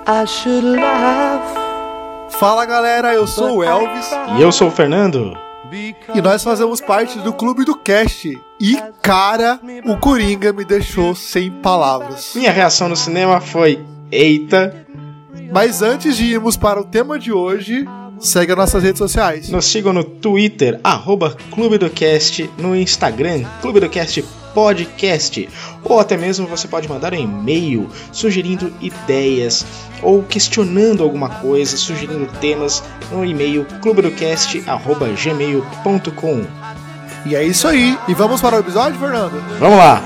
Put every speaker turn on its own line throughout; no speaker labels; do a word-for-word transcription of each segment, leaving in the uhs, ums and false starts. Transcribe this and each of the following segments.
I should laugh.
Fala galera, eu sou o Elvis.
E eu sou o Fernando.
E nós fazemos parte do Clube do Cast. E cara, o Coringa me deixou sem palavras.
Minha reação no cinema foi: eita.
Mas antes de irmos para o tema de hoje, segue as nossas redes sociais.
Nos sigam no Twitter, arroba Clube do Cast, no Instagram, Clube do Cast Podcast, ou até mesmo você pode mandar um e-mail sugerindo ideias ou questionando alguma coisa, sugerindo temas no e-mail clubedocast arroba gmail ponto com.
E é isso aí. E vamos para o episódio, Fernando?
Vamos lá!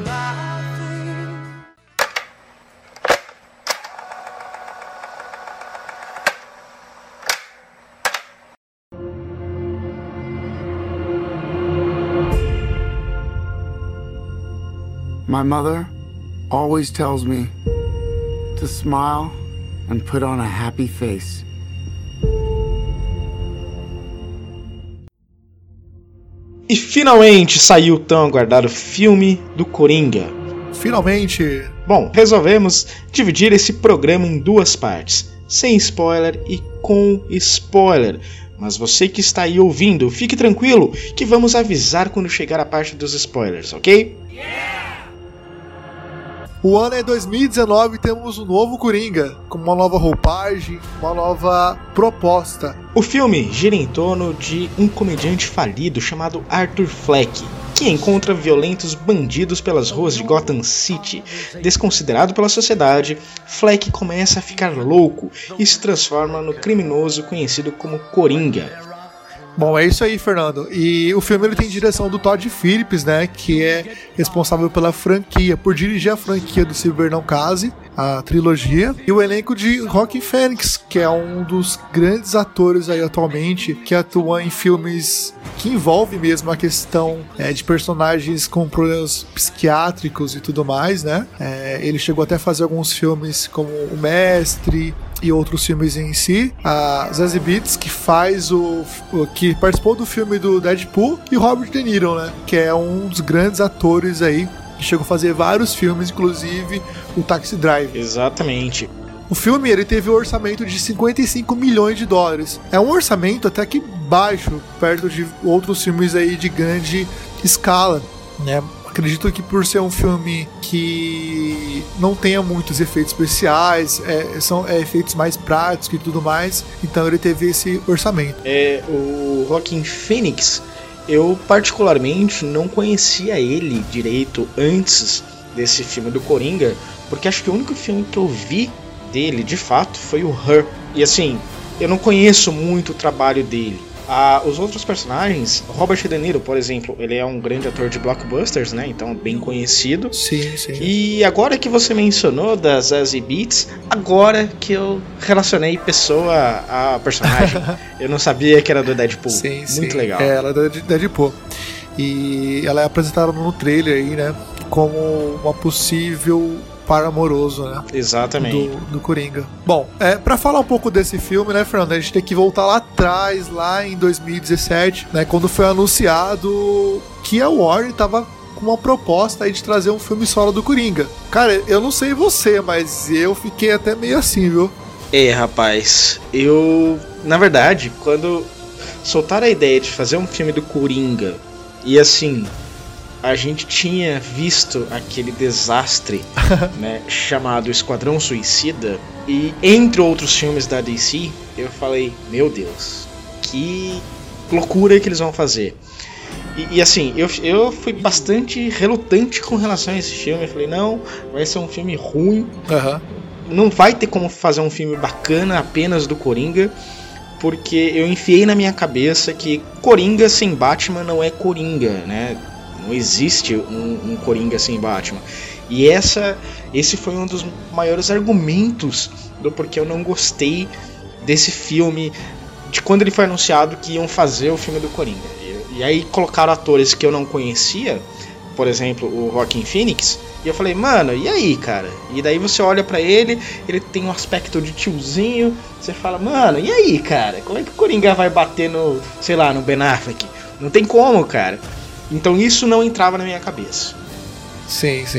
My mother always tells me to smile and put on a happy face.
E finalmente saiu o tão aguardado filme do Coringa.
Finalmente!
Bom, resolvemos dividir esse programa em duas partes, sem spoiler e com spoiler. Mas você que está aí ouvindo, fique tranquilo que vamos avisar quando chegar a parte dos spoilers, ok?
Yeah! O ano é dois mil e dezenove e temos um novo Coringa, com uma nova roupagem, uma nova proposta.
O filme gira em torno de um comediante falido chamado Arthur Fleck, que encontra violentos bandidos pelas ruas de Gotham City. Desconsiderado pela sociedade, Fleck começa a ficar louco e se transforma no criminoso conhecido como Coringa.
Bom, é isso aí, Fernando. E o filme ele tem direção do Todd Phillips, né, que é responsável pela franquia, por dirigir a franquia do Se Beber Não Case, a trilogia, e o elenco de Joaquin Phoenix, que é um dos grandes atores aí atualmente, que atua em filmes que envolvem mesmo a questão é, de personagens com problemas psiquiátricos e tudo mais, né? É, ele chegou até a fazer alguns filmes como O Mestre e outros filmes em si. A Zazie Beetz, que faz o, o que participou do filme do Deadpool, e Robert De Niro, né, que é um dos grandes atores aí, que chegou a fazer vários filmes, inclusive o Taxi Driver.
Exatamente.
O filme ele teve um orçamento de cinquenta e cinco milhões de dólares. É um orçamento até que baixo, perto de outros filmes aí de grande escala, né? Acredito que por ser um filme que não tenha muitos efeitos especiais, é, são é, efeitos mais práticos e tudo mais, então ele teve esse orçamento.
É, o Joaquin Phoenix, eu particularmente não conhecia ele direito antes desse filme do Coringa, porque acho que o único filme que eu vi dele, de fato, foi o Her. E assim, eu não conheço muito o trabalho dele. Ah, os outros personagens, Robert De Niro, por exemplo, ele é um grande ator de blockbusters, né? Então bem conhecido.
Sim, sim.
E agora que você mencionou da Zazie Beetz, agora que eu relacionei pessoa a personagem. Eu não sabia que era do Deadpool.
Sim,
muito
sim.
legal.
É, ela é do Deadpool. E ela é apresentada no trailer aí, né? Como uma possível par amoroso, né?
Exatamente.
Do, do Coringa. Bom, é, pra falar um pouco desse filme, né, Fernando, a gente tem que voltar lá atrás, lá em dois mil e dezessete, né, quando foi anunciado que a Warner tava com uma proposta aí de trazer um filme solo do Coringa. Cara, eu não sei você, mas eu fiquei até meio assim, viu?
É, rapaz, eu... Na verdade, quando soltaram a ideia de fazer um filme do Coringa, e assim... a gente tinha visto aquele desastre, né, chamado Esquadrão Suicida, e entre outros filmes da D C, eu falei, meu Deus, que loucura que eles vão fazer. E, e assim, eu, eu fui bastante relutante com relação a esse filme. Eu falei, não, vai ser um filme ruim,
uhum.
Não vai ter como fazer um filme bacana apenas do Coringa, porque eu enfiei na minha cabeça que Coringa sem Batman não é Coringa, né? Não existe um, um Coringa sem Batman. E essa, esse foi um dos maiores argumentos do porquê eu não gostei desse filme, de quando ele foi anunciado que iam fazer o filme do Coringa. E, e aí colocaram atores que eu não conhecia, por exemplo, o Joaquin Phoenix, e eu falei, mano, e aí, cara? E daí você olha pra ele, ele tem um aspecto de tiozinho, você fala, mano, e aí, cara? Como é que o Coringa vai bater no, sei lá, no Ben Affleck? Não tem como, cara. Então isso não entrava na minha cabeça.
Sim, sim.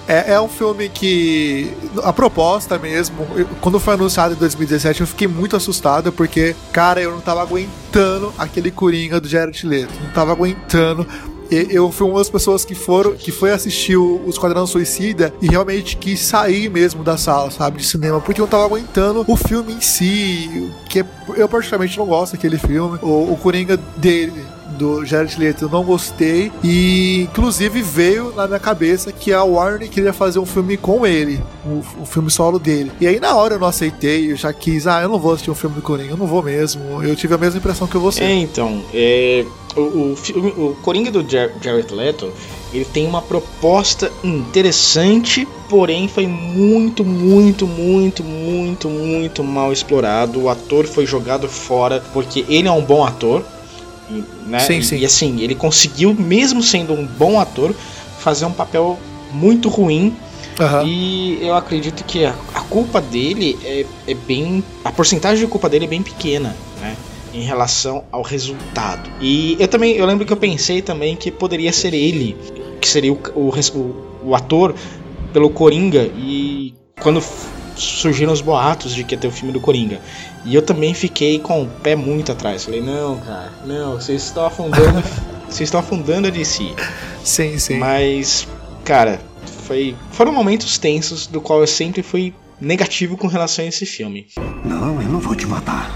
É, é um filme que, a proposta mesmo, eu, quando foi anunciado em dois mil e dezessete, eu fiquei muito assustado, porque, cara, eu não tava aguentando aquele Coringa do Jared Leto, não tava aguentando. Eu fui uma das pessoas que foram, que foi assistir o Esquadrão Suicida e realmente quis sair mesmo da sala, sabe, de cinema, porque eu não tava aguentando o filme em si, que eu particularmente não gosto daquele filme. O, o Coringa dele, do Jared Leto, eu não gostei, e inclusive veio na minha cabeça que a Warner queria fazer um filme com ele, o, o filme solo dele, e aí na hora eu não aceitei, eu já quis, ah, eu não vou assistir um filme do Coringa, eu não vou mesmo, eu tive a mesma impressão que você.
É, então, é, o, o, filme, o Coringa do Jar- Jared Leto, ele tem uma proposta interessante, porém foi muito, muito, muito, muito, muito mal explorado. O ator foi jogado fora, porque ele é um bom ator, né?
Sim, sim.
E, e assim, ele conseguiu, mesmo sendo um bom ator, fazer um papel muito ruim. Uhum. E eu acredito que a, a culpa dele é, é bem... A porcentagem de culpa dele é bem pequena, né, em relação ao resultado. E eu também, eu lembro que eu pensei também que poderia ser ele, que seria o, o, o, o ator pelo Coringa, e quando surgiram os boatos de que ia ter o filme do Coringa, e eu também fiquei com o pé muito atrás. Falei, não, cara, não, vocês estão afundando, vocês estão afundando a D C.
Sim, sim.
Mas, cara, foi, foram momentos tensos, do qual eu sempre fui negativo com relação a esse filme.
Não, eu não vou te matar.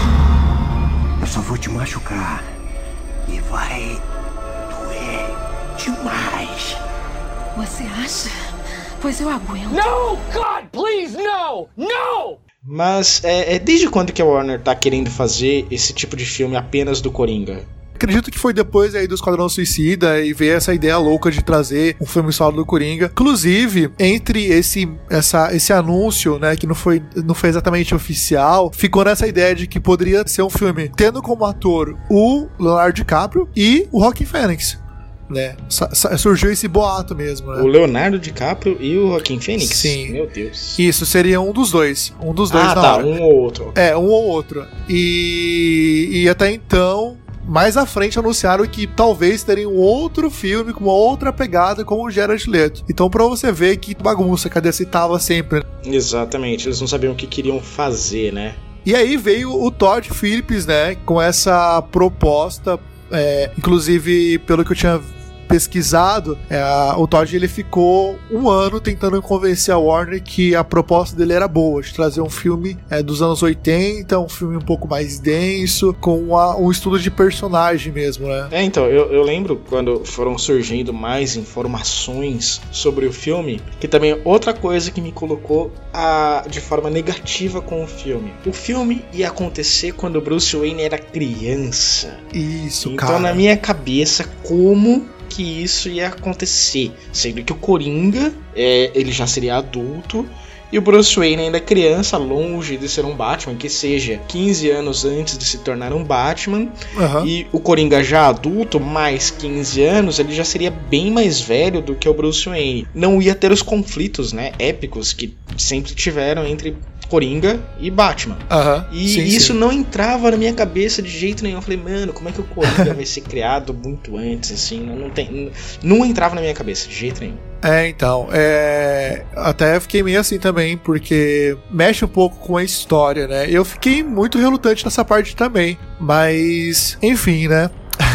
Eu só vou te machucar. E vai doer demais.
Você acha? Pois eu aguento.
No, God, please, no! No!
Mas é, é desde quando que a Warner tá querendo fazer esse tipo de filme apenas do Coringa?
Acredito que foi depois aí do Esquadrão Suicida e ver essa ideia louca de trazer um filme solo do Coringa. Inclusive, entre esse, essa, esse anúncio, né, que não foi, não foi exatamente oficial, ficou nessa ideia de que poderia ser um filme tendo como ator o Leonardo DiCaprio e o Joaquin Phoenix, né? Surgiu esse boato mesmo, né?
O Leonardo DiCaprio e o Joaquin Phoenix?
Sim.
Meu Deus.
Isso, seria um dos dois. Um dos dois
ah,
na
tá,
hora.
um ou outro.
É, um ou outro. E, e até então, mais à frente anunciaram que talvez teriam outro filme com uma outra pegada com o Jared Leto. Então, pra você ver que bagunça que a D C tava sempre.
Exatamente, eles não sabiam o que queriam fazer, né?
E aí veio o Todd Phillips, né, com essa proposta, é, inclusive, pelo que eu tinha pesquisado, é, o Todd ele ficou um ano tentando convencer a Warner que a proposta dele era boa, de trazer um filme é, dos anos oitenta, um filme um pouco mais denso, com uma, um estudo de personagem mesmo, né?
É, então, eu, eu lembro quando foram surgindo mais informações sobre o filme, que também outra coisa que me colocou a, de forma negativa com o filme. O filme ia acontecer quando o Bruce Wayne era criança.
Isso,
então,
cara. Então,
na minha cabeça, como que isso ia acontecer, sendo que o Coringa é, ele já seria adulto e o Bruce Wayne ainda é criança, longe de ser um Batman, que seja quinze anos antes de se tornar um Batman, uhum. E o Coringa já adulto, mais quinze anos, ele já seria bem mais velho do que o Bruce Wayne. Não ia ter os conflitos, né, épicos que sempre tiveram entre Coringa e Batman.
Uhum.
E
sim,
isso
sim.
não entrava na minha cabeça de jeito nenhum. Eu falei, mano, como é que o Coringa vai ser criado muito antes, assim? Não, não, tem, não, não entrava na minha cabeça de jeito nenhum.
É, então, é... até fiquei meio assim também, porque mexe um pouco com a história, né? Eu fiquei muito relutante nessa parte também, mas, enfim, né?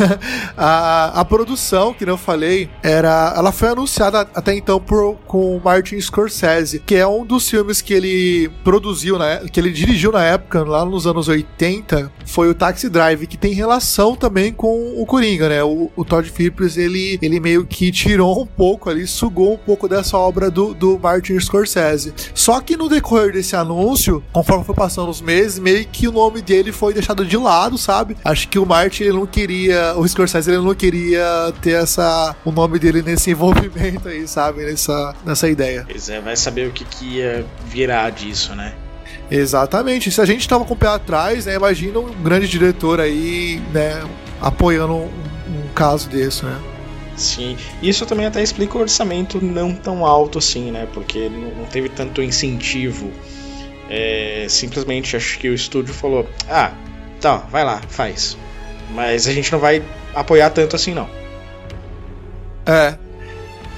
a, a produção, que eu falei, era, ela foi anunciada até então por, com o Martin Scorsese, que é um dos filmes que ele produziu, né, que ele dirigiu na época, lá nos anos oitenta, foi o Taxi Drive, que tem relação também com o Coringa, né? O, o Todd Phillips, ele, ele meio que tirou um pouco ali, sugou um pouco dessa obra do, do Martin Scorsese. Só que no decorrer desse anúncio, conforme foi passando os meses, meio que o nome dele foi deixado de lado, sabe? Acho que o Martin, ele não queria, o Scorsese, ele não queria ter essa, o nome dele nesse envolvimento aí, sabe? Nessa, nessa ideia.
Pois é, vai saber o que, que ia virar disso, né?
Exatamente. Se a gente tava com o pé atrás, né? Imagina um grande diretor aí, né? Apoiando um, um caso desse, né?
Sim, isso também até explica o orçamento não tão alto assim, né? Porque não teve tanto incentivo. É, simplesmente acho que o estúdio falou: ah, tá, vai lá, faz. Mas a gente não vai apoiar tanto assim, não.
É.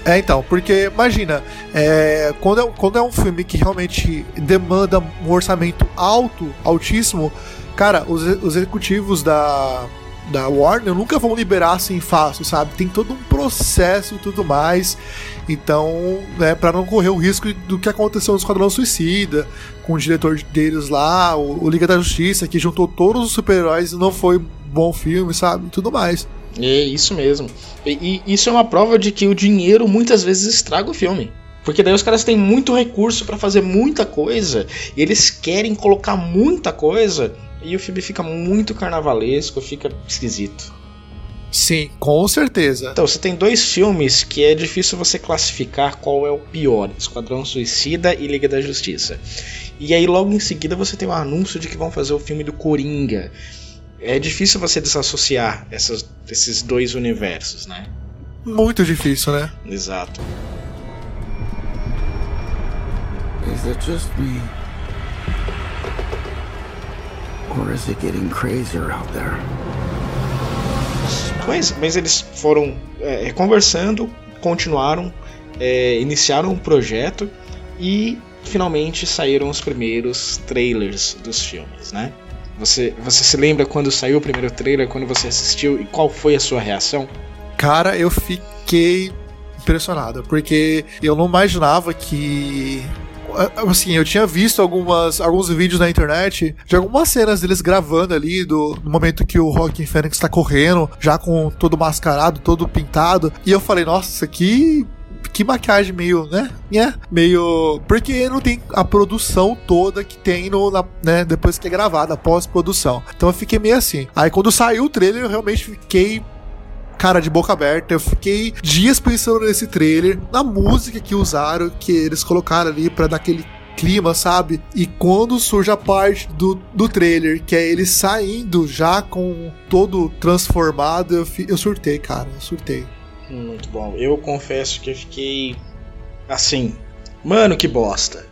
É, então, porque imagina, é, quando, é, quando é um filme que realmente demanda um orçamento alto, altíssimo, cara, os, os executivos da, da Warner nunca vão liberar assim fácil, sabe? Tem todo um processo e tudo mais. Então, né, pra não correr o risco do que aconteceu no Esquadrão Suicida, com o diretor deles lá, o, o Liga da Justiça, que juntou todos os super-heróis e não foi um bom filme, sabe? Tudo mais.
É isso mesmo. E, e isso é uma prova de que o dinheiro muitas vezes estraga o filme. Porque daí os caras têm muito recurso pra fazer muita coisa, e eles querem colocar muita coisa, e o filme fica muito carnavalesco, fica esquisito.
Sim, com certeza.
Então, você tem dois filmes que é difícil você classificar qual é o pior: Esquadrão Suicida e Liga da Justiça. E aí logo em seguida você tem o anúncio de que vão fazer o filme do Coringa. É difícil você desassociar essas, esses dois universos, né?
Muito difícil, né?
Exato.
Is it just me? Or is it getting crazier out there?
Mas, mas eles foram é, conversando, continuaram, é, iniciaram um projeto e finalmente saíram os primeiros trailers dos filmes, né? Você, você se lembra quando saiu o primeiro trailer, quando você assistiu, e qual foi a sua reação?
Cara, eu fiquei impressionado, porque eu não imaginava que... Assim, eu tinha visto algumas, alguns vídeos na internet de algumas cenas deles gravando ali do, no momento que o Joaquin Phoenix tá correndo, já com todo mascarado, todo pintado, e eu falei, nossa, isso aqui... Que maquiagem meio, né? né? Meio... Porque não tem a produção toda que tem no, na, né? Depois que é gravada, pós-produção. Então eu fiquei meio assim. Aí quando saiu o trailer, eu realmente fiquei... Cara, de boca aberta. Eu fiquei dias pensando nesse trailer, na música que usaram, que eles colocaram ali pra dar aquele clima, sabe? E quando surge a parte do, do trailer, que é ele saindo já com todo transformado, eu, eu surtei, cara. Eu surtei.
Muito bom. Eu confesso que eu fiquei assim, mano, que bosta.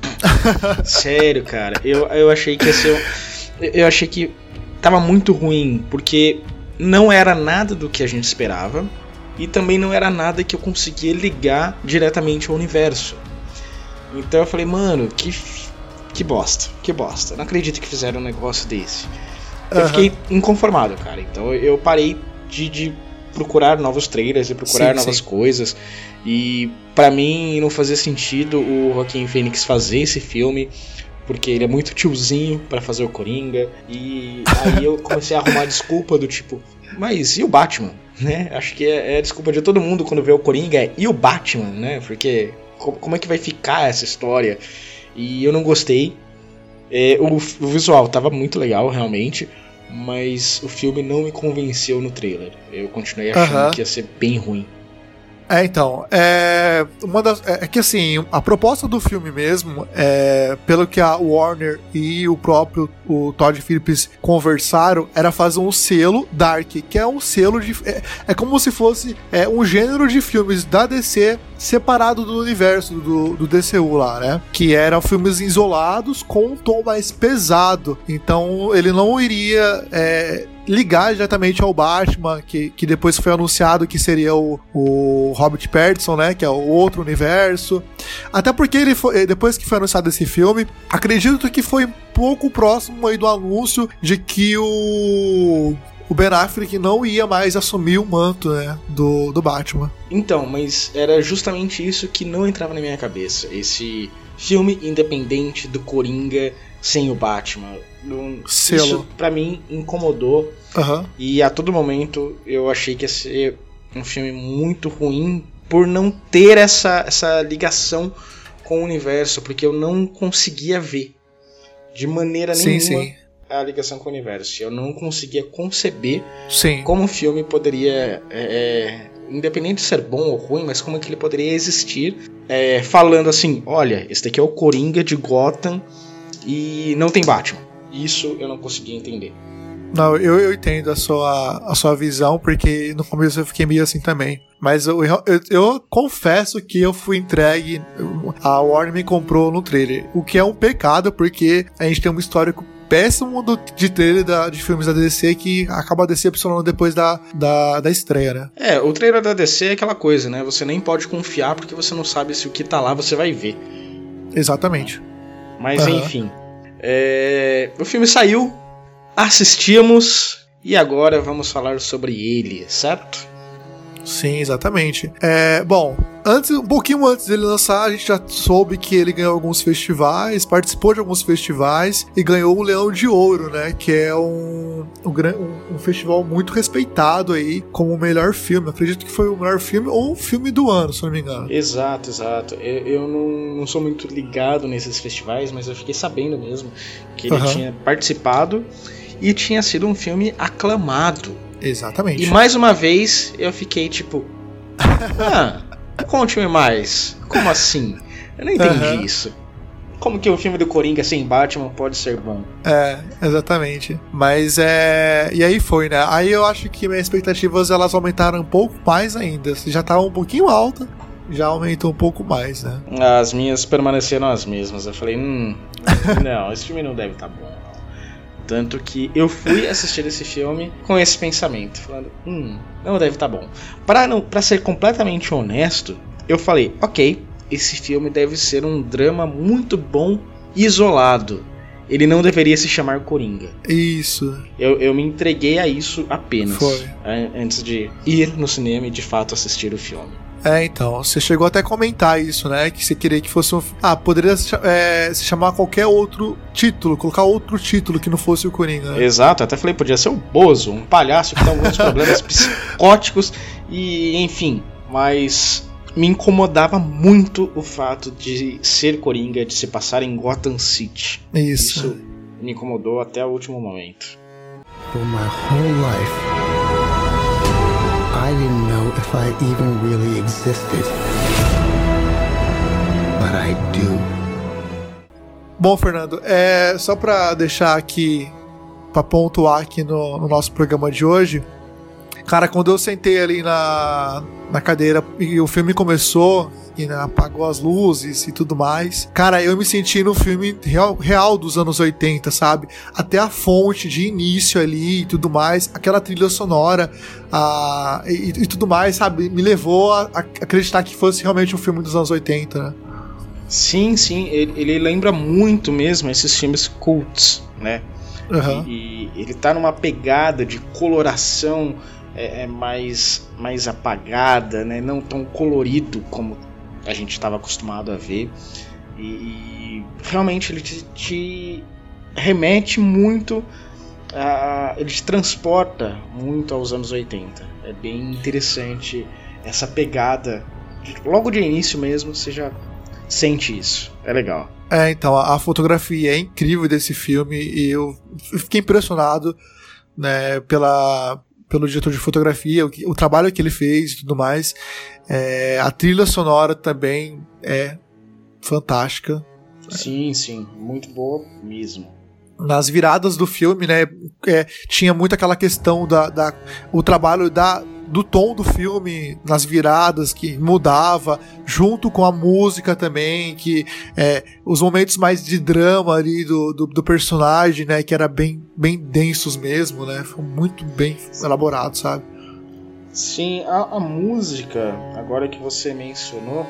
Sério, cara. Eu, eu achei que ia ser. Eu achei que tava muito ruim, porque não era nada do que a gente esperava e também não era nada que eu conseguia ligar diretamente ao universo. Então eu falei, mano, que, que bosta, que bosta. Não acredito que fizeram um negócio desse. Eu uhum. fiquei inconformado, cara. Então eu parei de. de procurar novos trailers e procurar sim, novas sim. coisas, e pra mim não fazia sentido o Joaquin Phoenix fazer esse filme, porque ele é muito tiozinho pra fazer o Coringa, e aí eu comecei a arrumar desculpa do tipo, mas e o Batman, né? Acho que é, é a desculpa de todo mundo quando vê o Coringa, é, e o Batman, né? Porque como é que vai ficar essa história? E eu não gostei. É, o, o visual tava muito legal, realmente, mas o filme não me convenceu no trailer. Eu continuei achando uhum. que ia ser bem ruim.
É, então, é, uma das, é, é que assim, a proposta do filme mesmo, é, pelo que a Warner e o próprio o Todd Phillips conversaram, era fazer um selo Dark, que é um selo de... É, é como se fosse é, um gênero de filmes da D C separado do universo do, do D C U lá, né? Que eram filmes isolados com um tom mais pesado. Então, ele não iria... É, ligar diretamente ao Batman, que, que depois foi anunciado que seria o, o Robert Pattinson, né, que é o outro universo. Até porque ele foi, depois que foi anunciado esse filme, acredito que foi um pouco próximo aí do anúncio de que o, o Ben Affleck não ia mais assumir o manto, né, do, do Batman.
Então, mas era justamente isso que não entrava na minha cabeça. Esse filme independente do Coringa sem o Batman.
Selo.
Isso pra mim incomodou.
Uhum.
E a todo momento eu achei que ia ser um filme muito ruim por não ter essa, essa ligação com o universo, porque eu não conseguia ver de maneira
sim,
nenhuma
sim.
a ligação com o universo. Eu não conseguia conceber
sim.
como o filme poderia, é, é, independente de ser bom ou ruim, mas como é que ele poderia existir, é, falando assim, olha, esse daqui é o Coringa de Gotham e não tem Batman. Isso eu não conseguia entender.
Não, eu, eu entendo a sua, a sua visão, porque no começo eu fiquei meio assim também. Mas eu, eu, eu confesso que eu fui entregue, a Warner me comprou no trailer, o que é um pecado, porque a gente tem um histórico péssimo do, de trailer da, de filmes da D C que acaba decepcionando depois da, da, da estreia, né?
É, o trailer da D C é aquela coisa, né? Você nem pode confiar porque você não sabe se o que tá lá você vai ver.
Exatamente.
Mas
uhum.
enfim, é... o filme saiu, assistimos e agora vamos falar sobre ele, certo?
Sim, exatamente. É, bom, antes, um pouquinho antes dele lançar, a gente já soube que ele ganhou alguns festivais, participou de alguns festivais e ganhou o Leão de Ouro, né? Que é um, um, um festival muito respeitado aí como o melhor filme. Acredito que foi o melhor filme ou o filme do ano, se não me engano.
Exato, exato. Eu, eu não, não sou muito ligado nesses festivais, mas eu fiquei sabendo mesmo que ele uhum. tinha participado e tinha sido um filme aclamado.
Exatamente.
E mais uma vez eu fiquei tipo, ah, conte-me mais. Como assim? Eu não entendi uhum. isso. Como que o filme do Coringa sem Batman pode ser bom?
É, exatamente. Mas é... E aí foi, né? Aí eu acho que minhas expectativas elas aumentaram um pouco mais ainda. Já tava um pouquinho alta, já aumentou um pouco mais, né?
As minhas permaneceram as mesmas. Eu falei, hum, não, esse filme não deve estar bom. Tanto que eu fui assistir esse filme com esse pensamento, falando, hum, não deve estar bom. Pra, não, pra ser completamente honesto, eu falei, ok, esse filme deve ser um drama muito bom isolado. Ele não deveria se chamar Coringa.
Isso.
Eu, eu me entreguei a isso apenas.
Foi.
Antes de ir no cinema e de fato assistir o filme.
É, então, você chegou até a comentar isso, né? Que você queria que fosse um... Ah, poderia é, se chamar qualquer outro título, colocar outro título que não fosse o Coringa, né?
Exato, até falei, podia ser o Bozo, um palhaço que tem alguns problemas psicóticos e, enfim, mas me incomodava muito o fato de ser Coringa, de se passar em Gotham City.
Isso.
Isso me incomodou até o último momento.
For my whole life, I didn't know if I even really existed. But I do.
Bom, Fernando, é só pra deixar aqui, pra pontuar aqui no, no nosso programa de hoje, cara, quando eu sentei ali na, na cadeira e o filme começou, e né, apagou as luzes e tudo mais, cara, eu me senti no filme real, real dos anos oitenta, sabe? Até a fonte de início ali e tudo mais, aquela trilha sonora a, e, e tudo mais, sabe? Me levou a, a acreditar que fosse realmente um filme dos anos oitenta, né?
Sim, sim, ele, ele lembra muito mesmo esses filmes cults, né?
Uhum.
E, e ele tá numa pegada de coloração é, é mais, mais apagada, né? Não tão colorido como a gente estava acostumado a ver. E, e realmente ele te, te remete muito, a, ele te transporta muito aos anos oitenta. É bem interessante essa pegada. Logo de início mesmo, você já sente isso. É legal.
É, então, a, a fotografia é incrível desse filme e eu fiquei impressionado, né, pela, pelo diretor de fotografia, o, o trabalho que ele fez e tudo mais. É, a trilha sonora também é fantástica.
Sim, sim, muito boa mesmo.
Nas viradas do filme, né, é, tinha muito aquela questão da, da o trabalho da, do tom do filme nas viradas que mudava, junto com a música também, que é, os momentos mais de drama ali do, do, do personagem, né, que era bem, bem densos mesmo, né, foi muito bem elaborado, sabe?
Sim, a, a música, agora que você mencionou,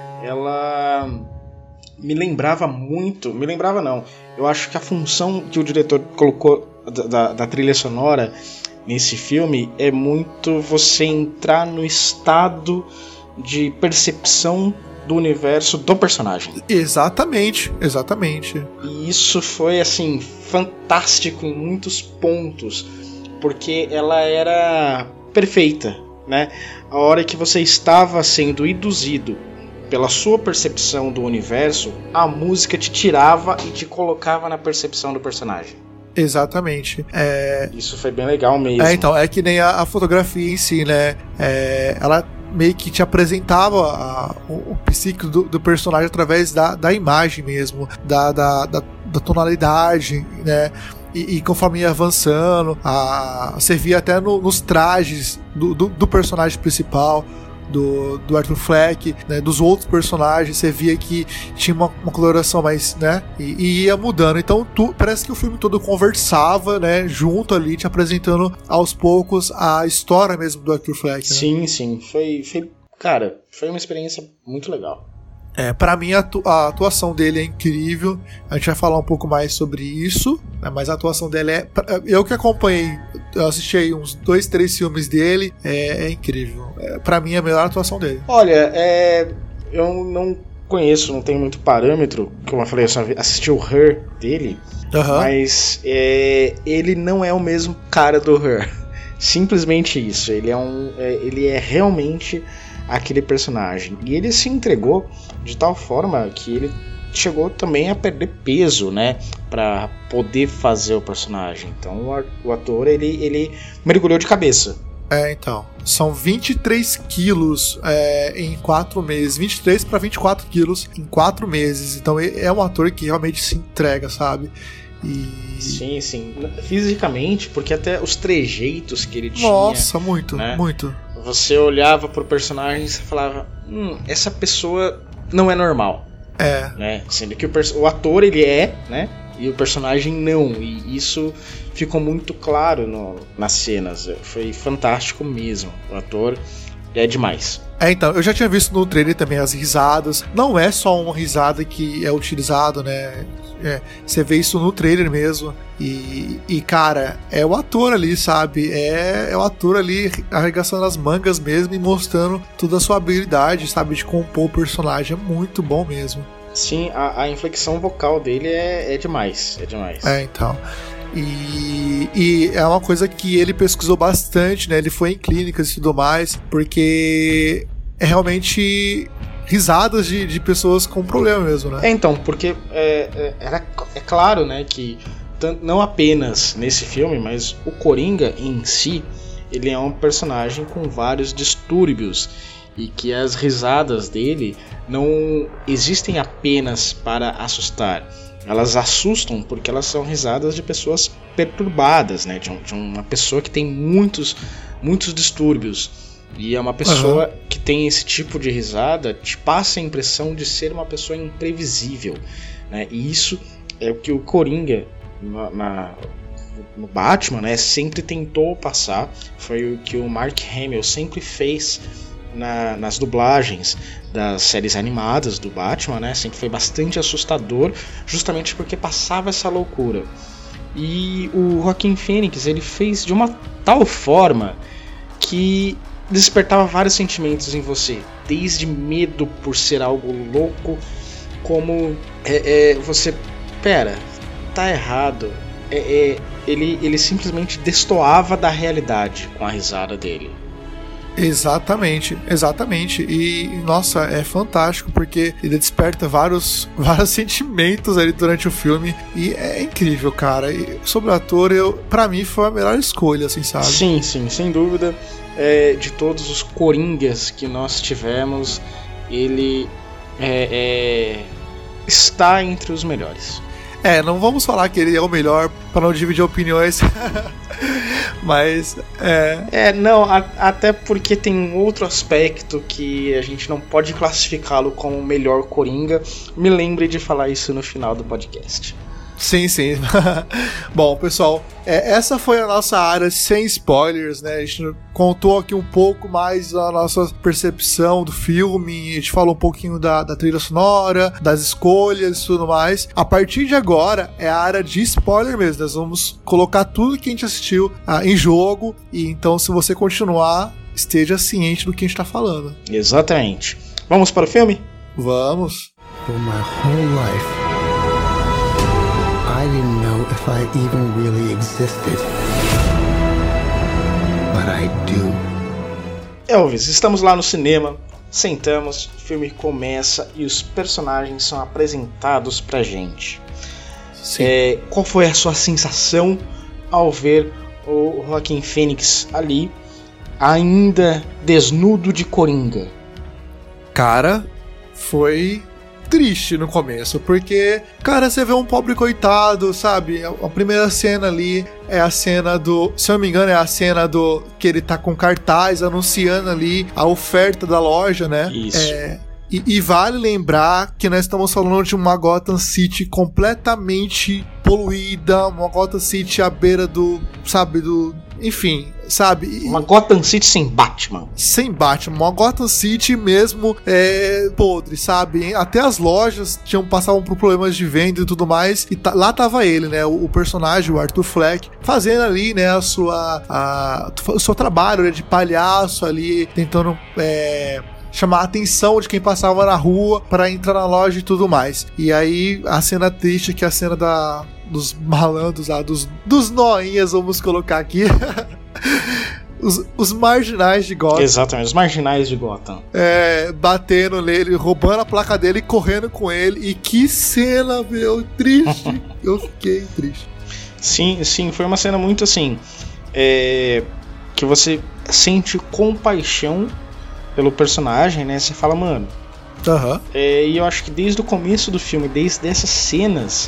ela me lembrava muito, me lembrava não, eu acho que a função que o diretor colocou da, da, da trilha sonora nesse filme é muito você entrar no estado de percepção do universo do personagem.
Exatamente, exatamente.
E isso foi, assim, fantástico em muitos pontos, porque ela era perfeita, né? A hora que você estava sendo induzido pela sua percepção do universo, a música te tirava e te colocava na percepção do personagem.
Exatamente. É...
Isso foi bem legal mesmo.
É, então, é que nem a, a fotografia em si, né? É, ela meio que te apresentava a, o, o psíquico do, do personagem através da, da imagem mesmo, da, da, da, da tonalidade, né? E, e conforme ia avançando, a, você via até no, nos trajes do, do, do personagem principal do, do Arthur Fleck, né, dos outros personagens, você via que tinha uma, uma coloração mais, né, e, e ia mudando. Então tu, parece que o filme todo conversava, né, junto ali, te apresentando aos poucos a história mesmo do Arthur Fleck, né?
Sim, sim, foi, foi, cara, foi uma experiência muito legal.
É, pra mim a, atu- a atuação dele é incrível. A gente vai falar um pouco mais sobre isso, né, mas a atuação dele é... Eu que acompanhei, eu assisti aí uns dois, três filmes dele, é, é incrível. É, pra mim é a melhor atuação dele.
Olha, é, eu não conheço, não tenho muito parâmetro, como eu falei, eu só assisti o Her dele, uhum. mas é, ele não é o mesmo cara do Her. Simplesmente isso, ele é, um, é, ele é realmente aquele personagem. E ele se entregou de tal forma que ele chegou também a perder peso, né, pra poder fazer o personagem. Então o ator, ele, ele mergulhou de cabeça.
É, então, são vinte e três quilos é, em quatro meses, vinte e três para vinte e quatro quilos em quatro meses. Então é um ator que realmente se entrega, sabe? E...
Sim, sim. Fisicamente, porque até os trejeitos que ele tinha...
Nossa, muito,
né?
muito.
Você olhava pro personagem e você falava, hum, essa pessoa não é normal.
É.
Né? Sendo que o, pers- o ator, ele é, né? E o personagem não. E isso ficou muito claro no, nas cenas. Foi fantástico mesmo. O ator é demais.
É, então, eu já tinha visto no trailer também as risadas. Não é só uma risada que é utilizado, né? É, você vê isso no trailer mesmo. E, e, cara, é o ator ali, sabe? É, é o ator ali arregaçando as mangas mesmo e mostrando toda a sua habilidade, sabe? De compor o personagem. É muito bom mesmo.
Sim, a, a inflexão vocal dele é, é demais. É demais.
É, então. E, e é uma coisa que ele pesquisou bastante, né? Ele foi em clínicas e tudo mais, porque é realmente risadas de, de pessoas com problema mesmo, né?
É, então, porque é, é, era, é claro, né, que não apenas nesse filme, mas o Coringa em si, ele é um personagem com vários distúrbios e que as risadas dele não existem apenas para assustar. Elas assustam porque elas são risadas de pessoas perturbadas, né? De, um, de uma pessoa que tem muitos, muitos distúrbios. E é uma pessoa uhum. que tem esse tipo de risada, te passa a impressão de ser uma pessoa imprevisível, né? E isso é o que o Coringa na, na, no Batman, né, sempre tentou passar. Foi o que o Mark Hamill sempre fez na, nas dublagens das séries animadas do Batman, né? Sempre foi bastante assustador, justamente porque passava essa loucura. E o Joaquin Phoenix, ele fez de uma tal forma que despertava vários sentimentos em você, desde medo por ser algo louco, como é, é, você, pera, tá errado. É, é, ele, ele simplesmente destoava da realidade com a risada dele.
Exatamente, exatamente. E, nossa, é fantástico porque ele desperta vários, vários sentimentos ali durante o filme. E é incrível, cara. E sobre o ator, eu, pra mim foi a melhor escolha, assim, sabe?
Sim, sim, sem dúvida. É, de todos os Coringas que nós tivemos, ele é, é, está entre os melhores.
É, não vamos falar que ele é o melhor para não dividir opiniões. Mas é...
É, não, a, até porque tem um outro aspecto que a gente não pode classificá-lo como o melhor Coringa. Me lembre de falar isso no final do podcast.
Sim, sim. Bom, pessoal, é, essa foi a nossa área sem spoilers, né? A gente contou aqui um pouco mais da nossa percepção do filme, a gente falou um pouquinho da, da trilha sonora, das escolhas e tudo mais. A partir de agora é a área de spoiler mesmo. Nós vamos colocar tudo que a gente assistiu ah, em jogo, e então se você continuar, esteja ciente do que a gente tá falando.
Exatamente. Vamos para o filme?
Vamos.
For my whole life, I didn't know if I even really existed. But I do.
Elvis, estamos lá no cinema, sentamos, o filme começa e os personagens são apresentados pra gente. É, qual foi a sua sensação ao ver o Joaquin Phoenix ali, ainda desnudo de Coringa?
Cara, foi triste no começo, porque, cara, você vê um pobre coitado, sabe? A primeira cena ali é a cena do, se eu não me engano, é a cena do que ele tá com cartaz anunciando ali a oferta da loja, né?
Isso.
É, e, e vale lembrar que nós estamos falando de uma Gotham City completamente poluída, uma Gotham City à beira do, sabe, do... Enfim, sabe?
Uma Gotham City sem Batman.
Sem Batman, uma Gotham City mesmo é, podre, sabe? Até as lojas tinham, passavam por problemas de venda e tudo mais. E tá, lá tava ele, né? O, o personagem, o Arthur Fleck, fazendo ali, né? A sua, a, o seu trabalho, né, de palhaço ali, tentando... É, chamar a atenção de quem passava na rua para entrar na loja e tudo mais. E aí a cena triste, que é a cena da, dos malandros, ah, dos, dos noinhas, vamos colocar aqui. os, os marginais de Gotham.
Exatamente, os marginais de Gotham.
É, batendo nele, roubando a placa dele e correndo com ele. E que cena, meu, triste. Eu fiquei triste.
Sim, sim, foi uma cena muito assim, é, que você sente compaixão pelo personagem, né? Você fala, mano.
Uhum.
É, e eu acho que desde o começo do filme, desde essas cenas,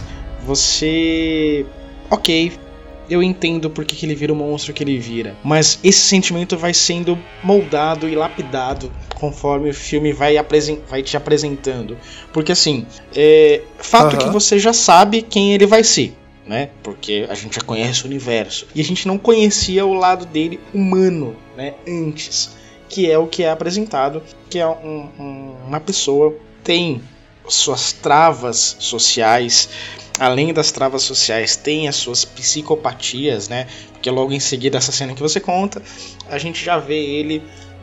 você. Ok, eu entendo porque que ele vira o monstro que ele vira. Mas esse sentimento vai sendo moldado e lapidado conforme o filme vai, apresen- vai te apresentando. Porque assim, é fato
uhum.
que você já sabe quem ele vai ser, né? Porque a gente já conhece o universo. E a gente não conhecia o lado dele humano, né? Antes. Que é o que é apresentado, que é um, um, uma pessoa que tem suas travas sociais, além das travas sociais, tem as suas psicopatias, né? Porque logo em seguida, essa cena que você conta, a gente já vê ele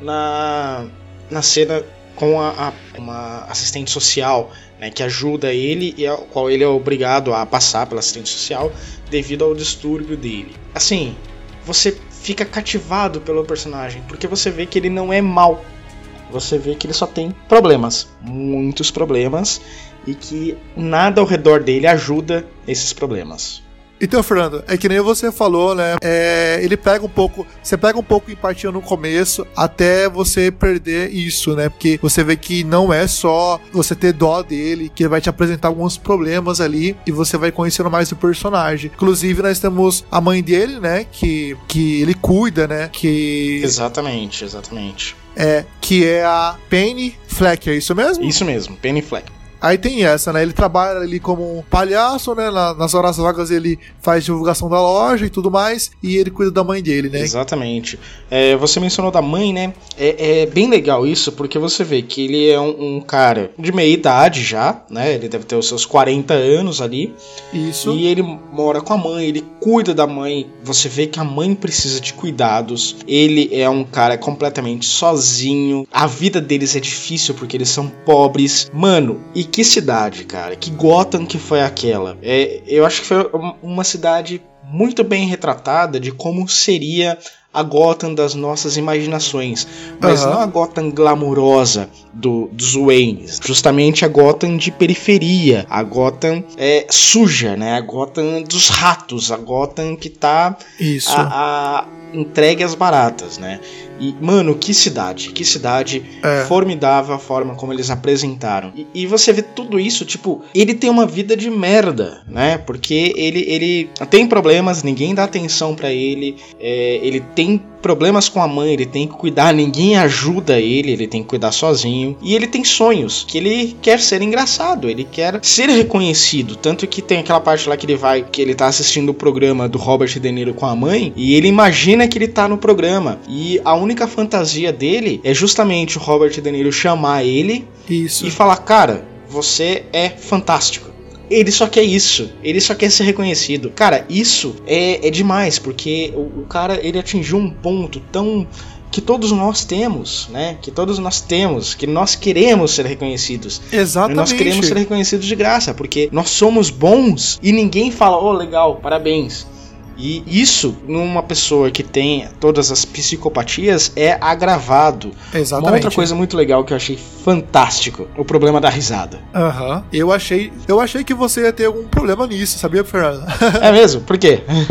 na, na cena com a, a, uma assistente social, né, que ajuda ele e ao qual ele é obrigado a passar pela assistente social devido ao distúrbio dele. Assim, você fica cativado pelo personagem, porque você vê que ele não é mau, você vê que ele só tem problemas, muitos problemas, e que nada ao redor dele ajuda esses problemas.
Então, Fernando, é que nem você falou, né? É, ele pega um pouco, você pega um pouco de empatia no começo, até você perder isso, né? Porque você vê que não é só você ter dó dele, que ele vai te apresentar alguns problemas ali, e você vai conhecendo mais o personagem. Inclusive, nós temos a mãe dele, né? Que, que ele cuida, né? Que...
Exatamente, exatamente.
É, que é a Penny Fleck, é isso mesmo?
Isso mesmo, Penny Fleck.
Aí tem essa, né? Ele trabalha ali como um palhaço, né? Nas horas vagas ele faz divulgação da loja e tudo mais. E ele cuida da mãe dele, né?
Exatamente. É, você mencionou da mãe, né? É, é bem legal isso, porque você vê que ele é um, um cara de meia idade já, né? Ele deve ter os seus quarenta anos ali.
Isso.
E ele mora com a mãe, ele cuida da mãe. Você vê que a mãe precisa de cuidados. Ele é um cara completamente sozinho. A vida deles é difícil porque eles são pobres. Mano, e que cidade, cara, que Gotham que foi aquela. É, eu acho que foi uma cidade muito bem retratada de como seria a Gotham das nossas imaginações, mas uhum. não a Gotham glamurosa do, dos Waynes, justamente a Gotham de periferia, a Gotham é, suja, né? A Gotham dos ratos, a Gotham que tá
Isso.
A, a, entregue às baratas, né? E, mano, que cidade, que cidade é. formidável a forma como eles apresentaram. E, e você vê tudo isso, tipo, ele tem uma vida de merda, né? Porque ele, ele tem problemas, ninguém dá atenção pra ele, é, ele tem problemas com a mãe, ele tem que cuidar, ninguém ajuda ele, ele tem que cuidar sozinho. E ele tem sonhos, que ele quer ser engraçado, ele quer ser reconhecido. Tanto que tem aquela parte lá que ele vai, que ele tá assistindo o programa do Robert De Niro com a mãe, e ele imagina que ele tá no programa. E a única fantasia dele é justamente o Robert De Niro chamar ele
Isso.
e falar, cara, você é fantástico. Ele só quer isso, ele só quer ser reconhecido. Cara, isso é, é demais, porque o, o cara, ele atingiu um ponto tão... que todos nós temos, né? Que todos nós temos, que nós queremos ser reconhecidos.
Exatamente.
Nós queremos ser reconhecidos de graça, porque nós somos bons e ninguém fala, oh, legal, parabéns. E isso, numa pessoa que tem todas as psicopatias, é agravado.
Exatamente.
Uma outra coisa muito legal que eu achei fantástico, o problema da risada.
Aham. Uhum. Eu achei, eu achei que você ia ter algum problema nisso, sabia, Fernando?
É mesmo? Por quê?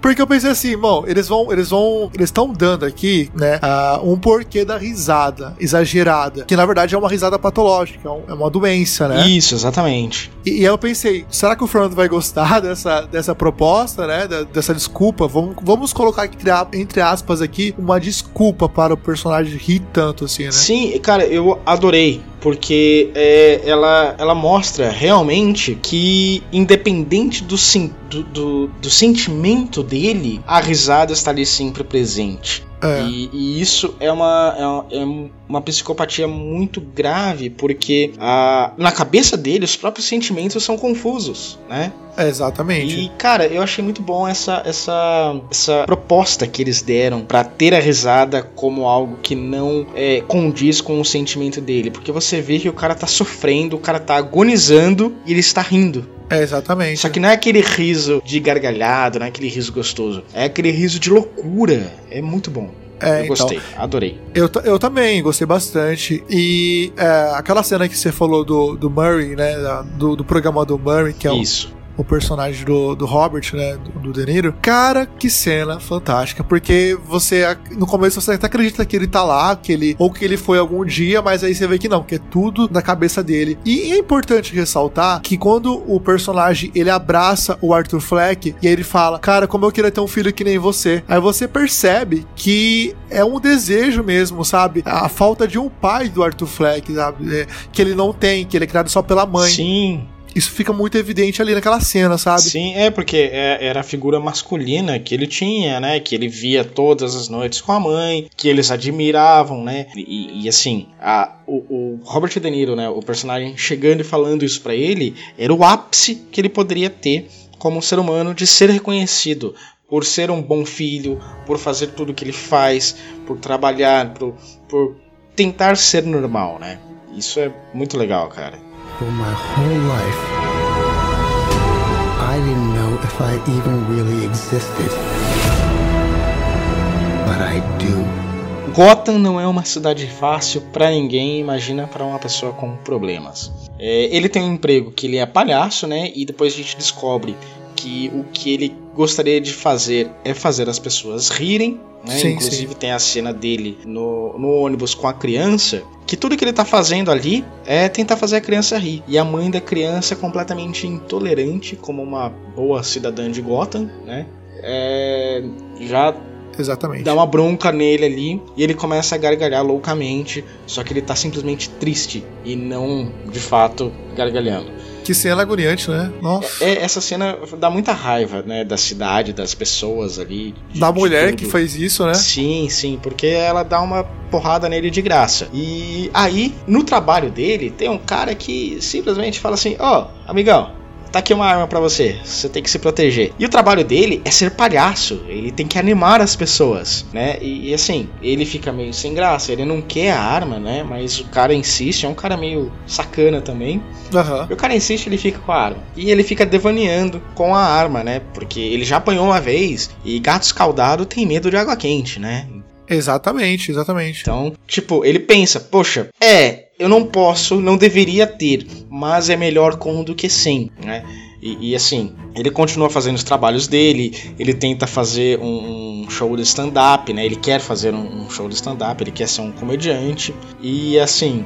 Porque eu pensei assim, bom, eles vão, eles vão, eles estão dando aqui, né, uh, um porquê da risada exagerada, que na verdade é uma risada patológica, é uma doença, né?
Isso, exatamente.
E, e aí eu pensei, será que o Fernando vai gostar dessa, dessa proposta, né, da, dessa desculpa? Vamos, vamos colocar entre, entre aspas aqui uma desculpa para o personagem rir tanto assim, né?
Sim, cara, eu adorei. Porque é, ela, ela mostra realmente que, independente do, do, do, do sentimento dele, a risada está ali sempre presente. É. E, e isso é uma, é, é uma psicopatia muito grave, porque a, na cabeça dele os próprios sentimentos são confusos, né?
É, exatamente.
E, cara, eu achei muito bom essa, essa, essa proposta que eles deram pra ter a risada como algo que não é, condiz com o sentimento dele. Porque você vê que o cara tá sofrendo, o cara tá agonizando e ele está rindo.
É, exatamente.
Só que não é aquele riso de gargalhado, não é aquele riso gostoso. É aquele riso de loucura. É muito bom. É, eu gostei, então, adorei.
Eu, eu também gostei bastante. E é, aquela cena que você falou do, do Murray, né? Do, do programa do Murray, que é o,
Isso.
o personagem do, do Robert, né? Do, do De Niro. Cara, que cena fantástica. Porque você, no começo, você até acredita que ele tá lá, que ele, ou que ele foi algum dia, mas aí você vê que não, que é tudo na cabeça dele. E é importante ressaltar que quando o personagem, ele abraça o Arthur Fleck, e aí ele fala, cara, como eu queria ter um filho que nem você. Aí você percebe que é um desejo mesmo, sabe? A falta de um pai do Arthur Fleck, sabe? É, que ele não tem, que ele é criado só pela mãe.
Sim.
Isso fica muito evidente ali naquela cena, sabe?
Sim, é porque é, era a figura masculina que ele tinha, né? Que ele via todas as noites com a mãe, que eles admiravam, né? E, e assim, a, o, o Robert De Niro, né? O personagem chegando e falando isso pra ele, era o ápice que ele poderia ter como um ser humano de ser reconhecido por ser um bom filho, por fazer tudo que ele faz, por trabalhar, por, por tentar ser normal, né? Isso é muito legal, cara.
For my whole life, I didn't know if I even really existed. But I do.
Gotham não é uma cidade fácil pra ninguém, imagina pra uma pessoa com problemas. É, ele tem um emprego que ele é palhaço, né? E depois a gente descobre que o que ele gostaria de fazer é fazer as pessoas rirem, né? Sim, inclusive sim. Tem a cena dele no, no ônibus com a criança, que tudo que ele tá fazendo ali é tentar fazer a criança rir. E a mãe da criança é completamente intolerante, como uma boa cidadã de Gotham, né? É, já
Exatamente.
Dá uma bronca nele ali e ele começa a gargalhar loucamente, só que ele tá simplesmente triste e não, de fato, gargalhando.
Que cena agoniante, né? Nossa.
É, essa cena dá muita raiva, né? Da cidade, das pessoas ali.
De, da mulher que fez isso, né?
Sim, sim, porque ela dá uma porrada nele de graça. E aí, no trabalho dele, tem um cara que simplesmente fala assim: ó, oh, amigão, tá aqui uma arma pra você, você tem que se proteger. E o trabalho dele é ser palhaço, ele tem que animar as pessoas, né? E, e assim, ele fica meio sem graça, ele não quer a arma, né? Mas o cara insiste, é um cara meio sacana também.
Uhum.
E o cara insiste, ele fica com a arma. E ele fica devaneando com a arma, né? Porque ele já apanhou uma vez e gato escaldado tem medo de água quente, né?
Exatamente, exatamente.
Então, tipo, ele pensa, poxa, é, eu não posso, não deveria ter, mas é melhor com do que sem, né? E, e assim, ele continua fazendo os trabalhos dele, ele tenta fazer um, um show de stand-up, né? Ele quer fazer um, um show de stand-up, ele quer ser um comediante. E assim,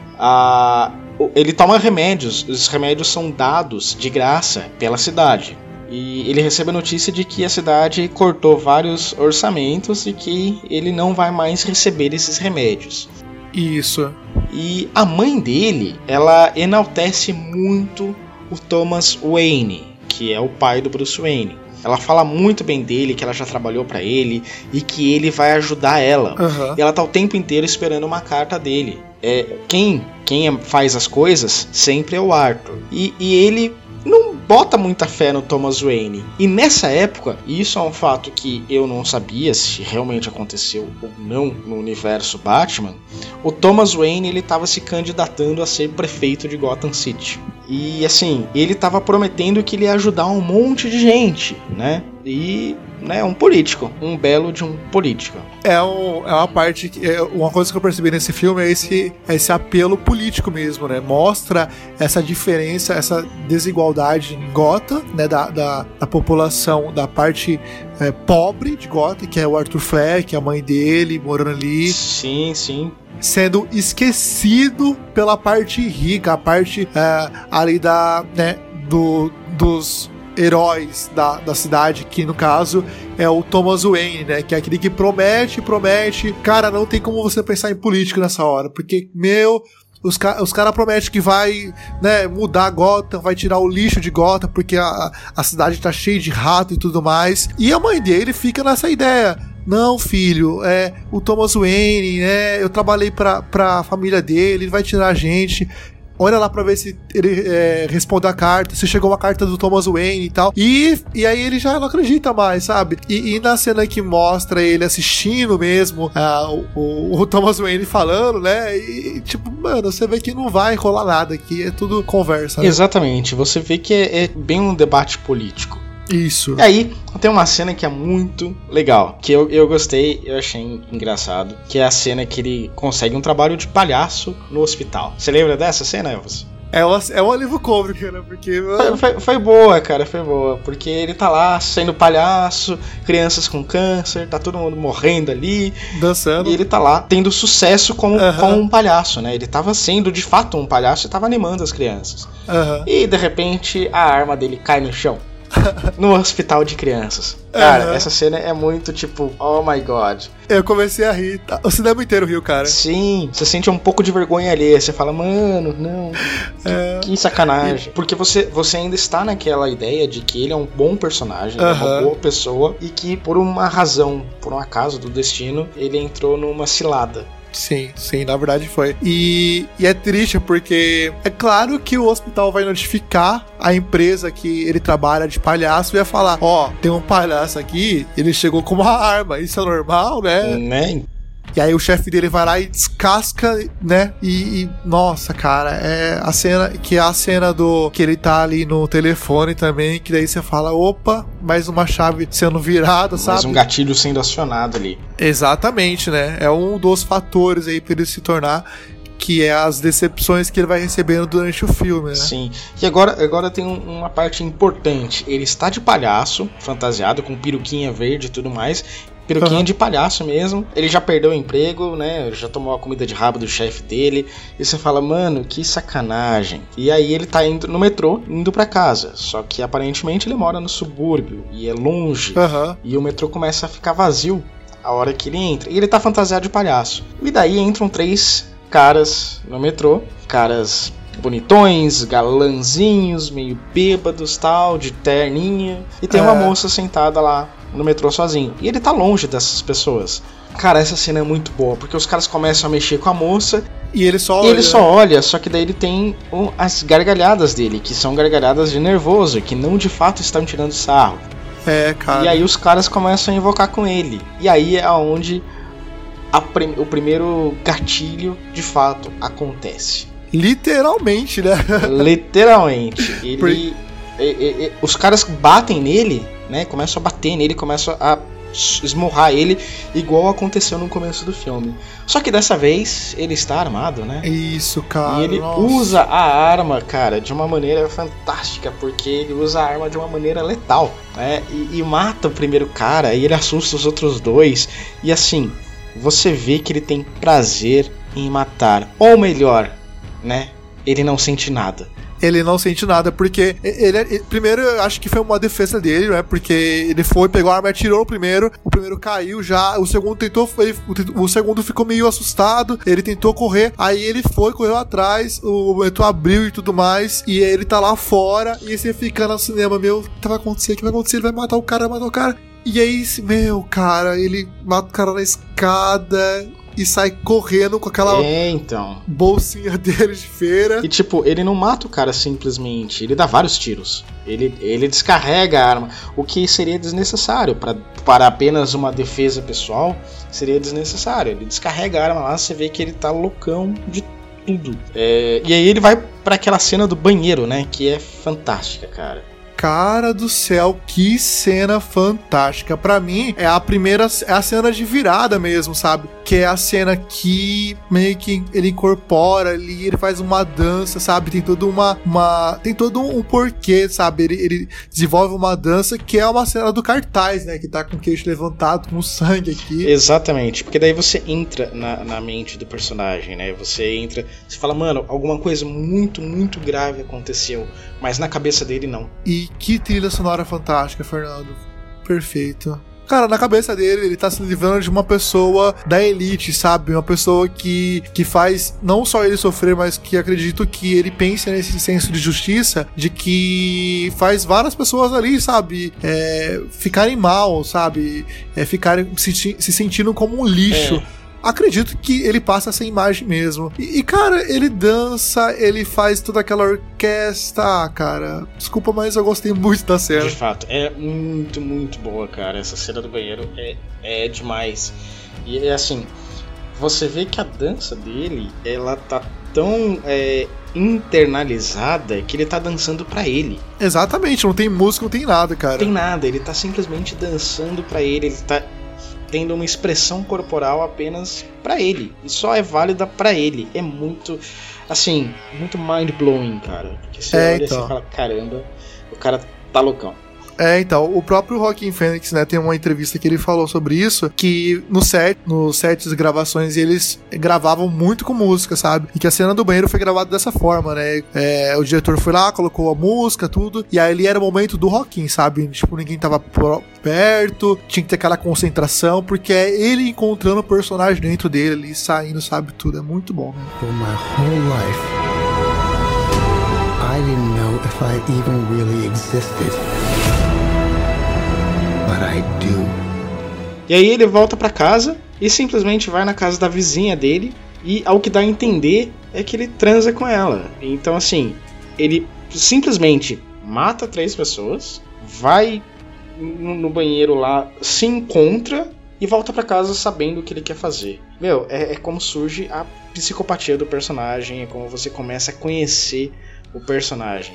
a, ele toma remédios, os remédios são dados de graça pela cidade. E ele recebe a notícia de que a cidade cortou vários orçamentos e que ele não vai mais receber esses remédios.
Isso.
E a mãe dele, ela enaltece muito o Thomas Wayne, que é o pai do Bruce Wayne. Ela fala muito bem dele, que ela já trabalhou pra ele e que ele vai ajudar ela.
Uhum.
E ela tá o tempo inteiro esperando uma carta dele. É, quem, quem faz as coisas sempre é o Arthur. E, e ele não bota muita fé no Thomas Wayne. E nessa época, e isso é um fato que eu não sabia se realmente aconteceu ou não no universo Batman, o Thomas Wayne ele estava se candidatando a ser prefeito de Gotham City. E assim, ele estava prometendo que ele ia ajudar um monte de gente, né? E, né, um político, um belo de um político.
É, um, é uma parte que, é, uma coisa que eu percebi nesse filme é esse, esse apelo político mesmo, né? Mostra essa diferença, essa desigualdade em Gotham, né, da, da, da população, da parte é, pobre de Gotham, que é o Arthur Fleck, a mãe dele, morando ali.
Sim, sim.
Sendo esquecido pela parte rica, a parte é, ali da, né, do, dos heróis da, da cidade, que no caso é o Thomas Wayne, né, que é aquele que promete, promete. Cara, não tem como você pensar em política nessa hora, porque, meu... Os, ca- os caras prometem que vai, né, mudar Gotham, vai tirar o lixo de Gotham, porque a, a cidade tá cheia de rato e tudo mais. E a mãe dele fica nessa ideia. Não, filho, é o Thomas Wayne, né? Eu trabalhei pra, pra família dele, ele vai tirar a gente. Olha lá pra ver se ele é, responde a carta, se chegou uma carta do Thomas Wayne e tal. E, e aí ele já não acredita mais, sabe? E, e na cena que mostra ele assistindo mesmo uh, o, o Thomas Wayne falando, né? E tipo, mano, você vê que não vai rolar nada aqui, é tudo conversa, né?
Exatamente, você vê que é, é bem um debate político.
Isso.
E aí, tem uma cena que é muito legal, que eu, eu gostei, eu achei engraçado, que é a cena que ele consegue um trabalho de palhaço no hospital. Você lembra dessa cena, Elvis?
É um, é um alívio cômico, né? Porque...
Foi, foi, foi boa, cara, foi boa. Porque ele tá lá sendo palhaço, crianças com câncer, tá todo mundo morrendo ali.
Dançando.
E ele tá lá tendo sucesso como,
uhum.
como um palhaço, né? Ele tava sendo de fato um palhaço e tava animando as crianças.
Uhum.
E de repente a arma dele cai no chão. No hospital de crianças. Cara, uhum. essa cena é muito tipo, oh my god.
Eu comecei a rir. O cinema inteiro riu, cara.
Sim, você sente um pouco de vergonha alheia. Você fala, mano, não. É... Que, que sacanagem. Porque você, você ainda está naquela ideia de que ele é um bom personagem, uhum. é uma boa pessoa. E que por uma razão, por um acaso do destino, ele entrou numa cilada.
Sim, sim, na verdade foi. E, e é triste porque é claro que o hospital vai notificar a empresa que ele trabalha de palhaço e vai falar, ó, oh, tem um palhaço aqui, ele chegou com uma arma, isso é normal, né?
Né?
E aí o chefe dele vai lá e descasca, né? E, e nossa, cara, é a cena, que é a cena do que ele tá ali no telefone também, que daí você fala, opa, mais uma chave sendo virada, sabe?
Mais um gatilho sendo acionado ali.
Exatamente, né? É um dos fatores aí pra ele se tornar, que é as decepções que ele vai recebendo durante o filme, né?
Sim. E agora, agora tem um, uma parte importante. Ele está de palhaço, fantasiado, com peruquinha verde e tudo mais. Peruquinha uhum. de palhaço mesmo. Ele já perdeu o emprego, né? Já tomou a comida de rabo do chefe dele. E você fala, mano, que sacanagem. E aí ele tá indo no metrô, indo pra casa. Só que aparentemente ele mora no subúrbio e é longe.
Uhum.
E o metrô começa a ficar vazio a hora que ele entra. E ele tá fantasiado de palhaço. E daí entram três caras no metrô. Caras bonitões, galanzinhos, meio bêbados, tal, de terninha. E tem é. uma moça sentada lá no metrô sozinho. E ele tá longe dessas pessoas. Cara, essa cena é muito boa, porque os caras começam a mexer com a moça
e ele só
e
olha.
ele só olha, só que daí ele tem um, as gargalhadas dele, que são gargalhadas de nervoso, que não de fato estão tirando sarro.
É, cara.
E aí os caras começam a invocar com ele. E aí é onde a prim- o primeiro gatilho de fato acontece.
Literalmente, né?
Literalmente. Ele... Por... E, e, e, os caras batem nele, né? Começam a bater nele, começam a esmurrar ele, igual aconteceu no começo do filme. Só que dessa vez ele está armado, né?
Isso, cara.
E ele
nossa.
usa a arma, cara, de uma maneira fantástica, porque ele usa a arma de uma maneira letal, né? E, e mata o primeiro cara, e ele assusta os outros dois. E assim, você vê que ele tem prazer em matar. Ou melhor, né? Ele não sente nada.
Ele não sente nada, porque ele, ele primeiro eu acho que foi uma defesa dele, né? Porque ele foi, pegou a arma e atirou no primeiro, o primeiro caiu já, o segundo tentou, ele, o, o segundo ficou meio assustado, ele tentou correr, aí ele foi, correu atrás, o metrô abriu e tudo mais, e ele tá lá fora, e você fica no cinema, meu, o que vai acontecer? O que vai acontecer? Ele vai matar o cara, vai matar o cara. E aí, meu, cara, ele mata o cara na escada e sai correndo com aquela
é, então.
bolsinha dele de feira.
E tipo, ele não mata o cara simplesmente, ele dá vários tiros. Ele, ele descarrega a arma, o que seria desnecessário. Pra, para apenas uma defesa pessoal, seria desnecessário. Ele descarrega a arma lá, você vê que ele tá loucão de tudo. É, e aí ele vai pra aquela cena do banheiro, né? Que é fantástica, cara.
Cara do céu, que cena fantástica. Pra mim, é a primeira, é a cena de virada mesmo, sabe? Que é a cena que meio que ele incorpora ali, ele faz uma dança, sabe? Tem todo uma, uma tem todo um porquê, sabe? Ele, ele desenvolve uma dança que é uma cena do cartaz, né? Que tá com o queixo levantado, com sangue aqui.
Exatamente, porque daí você entra na, na mente do personagem, né? Você entra, você fala, mano, alguma coisa muito, muito grave aconteceu, mas na cabeça dele não.
E que trilha sonora fantástica, Fernando. Perfeito. Cara, na cabeça dele, ele tá se livrando de uma pessoa da elite, sabe? Uma pessoa que, que faz não só ele sofrer, mas que acredito que ele pense nesse senso de justiça, de que faz várias pessoas ali, sabe? É, ficarem mal, sabe? É, ficarem se, se sentindo como um lixo. É. Acredito que ele passa essa imagem mesmo. E, e, cara, ele dança, ele faz toda aquela orquestra. Ah, cara, desculpa, mas eu gostei muito da cena.
De fato, é muito, muito boa, cara. Essa cena do banheiro é, é demais. E é assim, você vê que a dança dele, ela tá tão é, internalizada que ele tá dançando pra ele.
Exatamente, não tem música, não tem nada, cara.
Não tem nada, ele tá simplesmente dançando pra ele, ele tá tendo uma expressão corporal apenas pra ele, e só é válida pra ele. É muito, assim, muito mind-blowing, cara, porque você
é,
olha
então.
assim e fala, caramba, o cara tá loucão.
É, então, o próprio Joaquin Phoenix, né, tem uma entrevista que ele falou sobre isso, que no set, no set de gravações, eles gravavam muito com música, sabe? E que a cena do banheiro foi gravada dessa forma, né? É, o diretor foi lá, colocou a música, tudo, e aí ali era o momento do Joaquin, sabe? Tipo, ninguém tava perto, tinha que ter aquela concentração, porque é ele encontrando o personagem dentro dele ali, saindo, sabe? Tudo, é muito bom, né?
For my whole life, I didn't know if I even really existed. But I do.
E aí ele volta pra casa e simplesmente vai na casa da vizinha dele, e ao que dá a entender é que ele transa com ela. Então assim, ele simplesmente mata três pessoas, vai no banheiro lá, se encontra e volta pra casa sabendo o que ele quer fazer. Meu, é, é como surge a psicopatia do personagem, é como você começa a conhecer o personagem.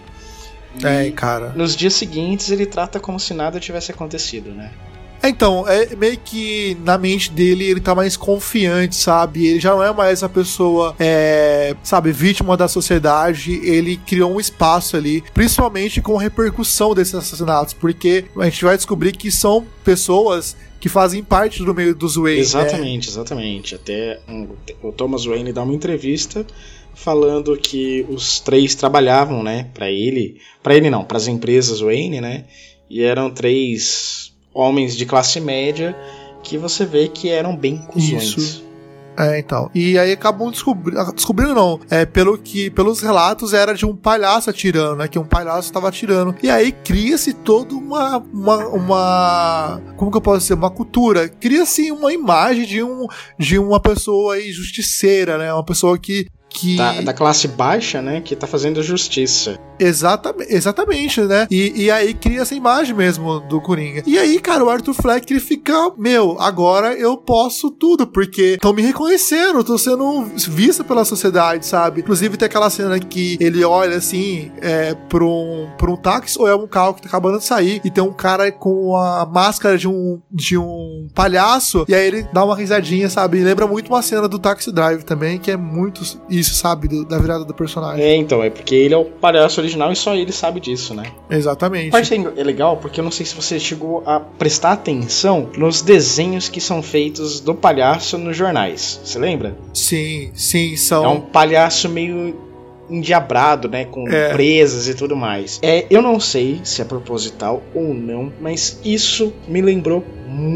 E
é, cara.
Nos dias seguintes ele trata como se nada tivesse acontecido, né?
Então, é meio que na mente dele ele tá mais confiante, sabe? Ele já não é mais a pessoa, é, sabe, vítima da sociedade. Ele criou um espaço ali, principalmente com a repercussão desses assassinatos, porque a gente vai descobrir que são pessoas que fazem parte do meio dos Wayne.
Exatamente,
né?
exatamente. Até um, o Thomas Wayne dá uma entrevista falando que os três trabalhavam, né, pra ele, pra ele não, pras empresas Wayne, né, e eram três homens de classe média que você vê que eram bem cuzões.
Isso. É, então. E aí acabam descobrindo, descobrindo não, é, pelo que, pelos relatos era de um palhaço atirando, né, que um palhaço estava atirando. E aí cria-se toda uma, uma, uma, como que eu posso dizer, uma cultura, cria-se uma imagem de, um, de uma pessoa aí justiceira, né, uma pessoa que Que...
Da, da classe baixa, né? Que tá fazendo justiça.
Exatamente, exatamente, né? E, e aí cria essa imagem mesmo do Coringa. E aí, cara, o Arthur Fleck, ele fica, meu, agora eu posso tudo, porque estão me reconhecendo, tô sendo visto pela sociedade, sabe? Inclusive tem aquela cena que ele olha assim, é, pra um, pra um táxi, ou é um carro que tá acabando de sair, e tem um cara com a máscara de um, de um palhaço, e aí ele dá uma risadinha, sabe? E lembra muito uma cena do Taxi Drive também, que é muito isso, sabe? Do, da virada do personagem.
É, então, é porque ele é o palhaço original e só ele sabe disso, né?
Exatamente.
A parte é legal porque eu não sei se você chegou a prestar atenção nos desenhos que são feitos do palhaço nos jornais. Você lembra?
Sim, sim, são...
É um palhaço meio endiabrado, né? Com é. presas e tudo mais. É, eu não sei se é proposital ou não, mas isso me lembrou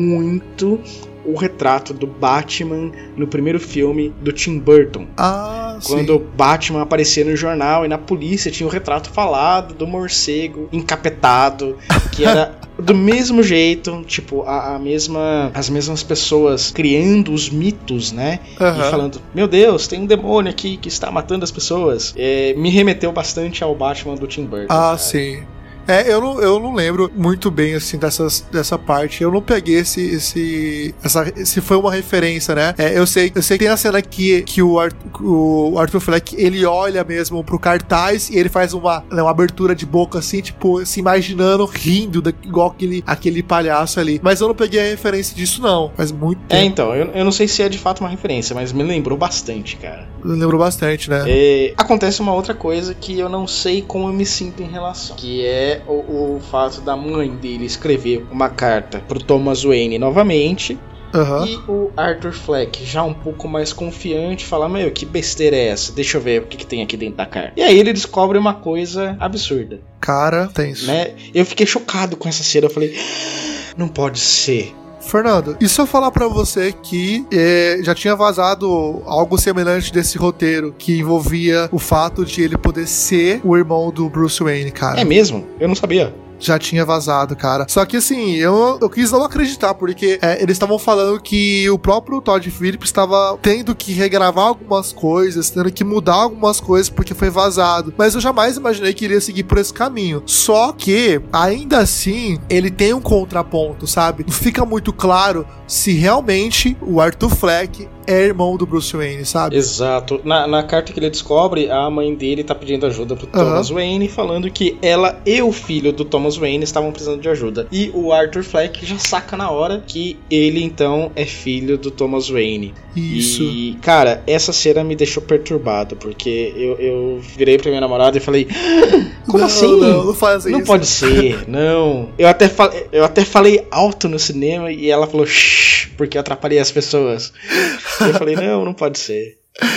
muito o retrato do Batman no primeiro filme do Tim Burton.
Ah,
Quando
sim.
o Batman aparecia no jornal e na polícia tinha o retrato falado do morcego encapetado, que era do mesmo jeito, tipo, a, a mesma, as mesmas pessoas criando os mitos, né? Uhum. E falando, meu Deus, tem um demônio aqui que está matando as pessoas. É, me remeteu bastante ao Batman do Tim Burton.
Ah,
cara.
sim. É, eu não, eu não lembro muito bem, assim, dessas, dessa parte. Eu não peguei esse, esse, essa, se foi uma referência, né? É, eu sei, eu sei que tem a cena que, que o, Arthur, o Arthur Fleck, ele olha mesmo pro cartaz e ele faz uma, né, uma abertura de boca, assim, tipo, se imaginando, rindo, da, igual aquele, aquele palhaço ali. Mas eu não peguei a referência disso, não. Faz muito tempo.
É, então, eu, eu não sei se é de fato uma referência, mas me lembrou bastante, cara.
Me lembrou bastante, né?
É, acontece uma outra coisa que eu não sei como eu me sinto em relação, que é o, o fato da mãe dele escrever uma carta pro Thomas Wayne novamente. Uhum. E o Arthur Fleck, já um pouco mais confiante, fala: meu, que besteira é essa? Deixa eu ver o que, que tem aqui dentro da carta. E aí ele descobre uma coisa absurda.
Cara, tem isso.
Né? Eu fiquei chocado com essa cena. Eu falei: não pode ser.
Fernando, e se eu falar pra você que é, já tinha vazado algo semelhante desse roteiro, que envolvia o fato de ele poder ser o irmão do Bruce Wayne, cara?
É mesmo? Eu não sabia.
Já tinha vazado, cara. Só que assim, eu, eu quis não acreditar, porque é, eles estavam falando que o próprio Todd Phillips estava tendo que regravar algumas coisas, tendo que mudar algumas coisas porque foi vazado. Mas eu jamais imaginei que iria seguir por esse caminho. Só que, ainda assim, ele tem um contraponto, sabe? Fica muito claro se realmente o Arthur Fleck é irmão do Bruce Wayne, sabe?
Exato. Na, na carta que ele descobre, a mãe dele tá pedindo ajuda pro Thomas uhum. Wayne, falando que ela e o filho do Thomas Wayne estavam precisando de ajuda. E o Arthur Fleck já saca na hora que ele, então, é filho do Thomas Wayne.
Isso.
E, cara, essa cena me deixou perturbado, porque eu, eu virei pra minha namorada e falei: como
não,
assim?
Não, não faz isso.
Não pode ser, não. Eu até, fa- eu até falei alto no cinema e ela falou: shh, porque eu atrapalhei as pessoas. Eu falei: não, não pode ser.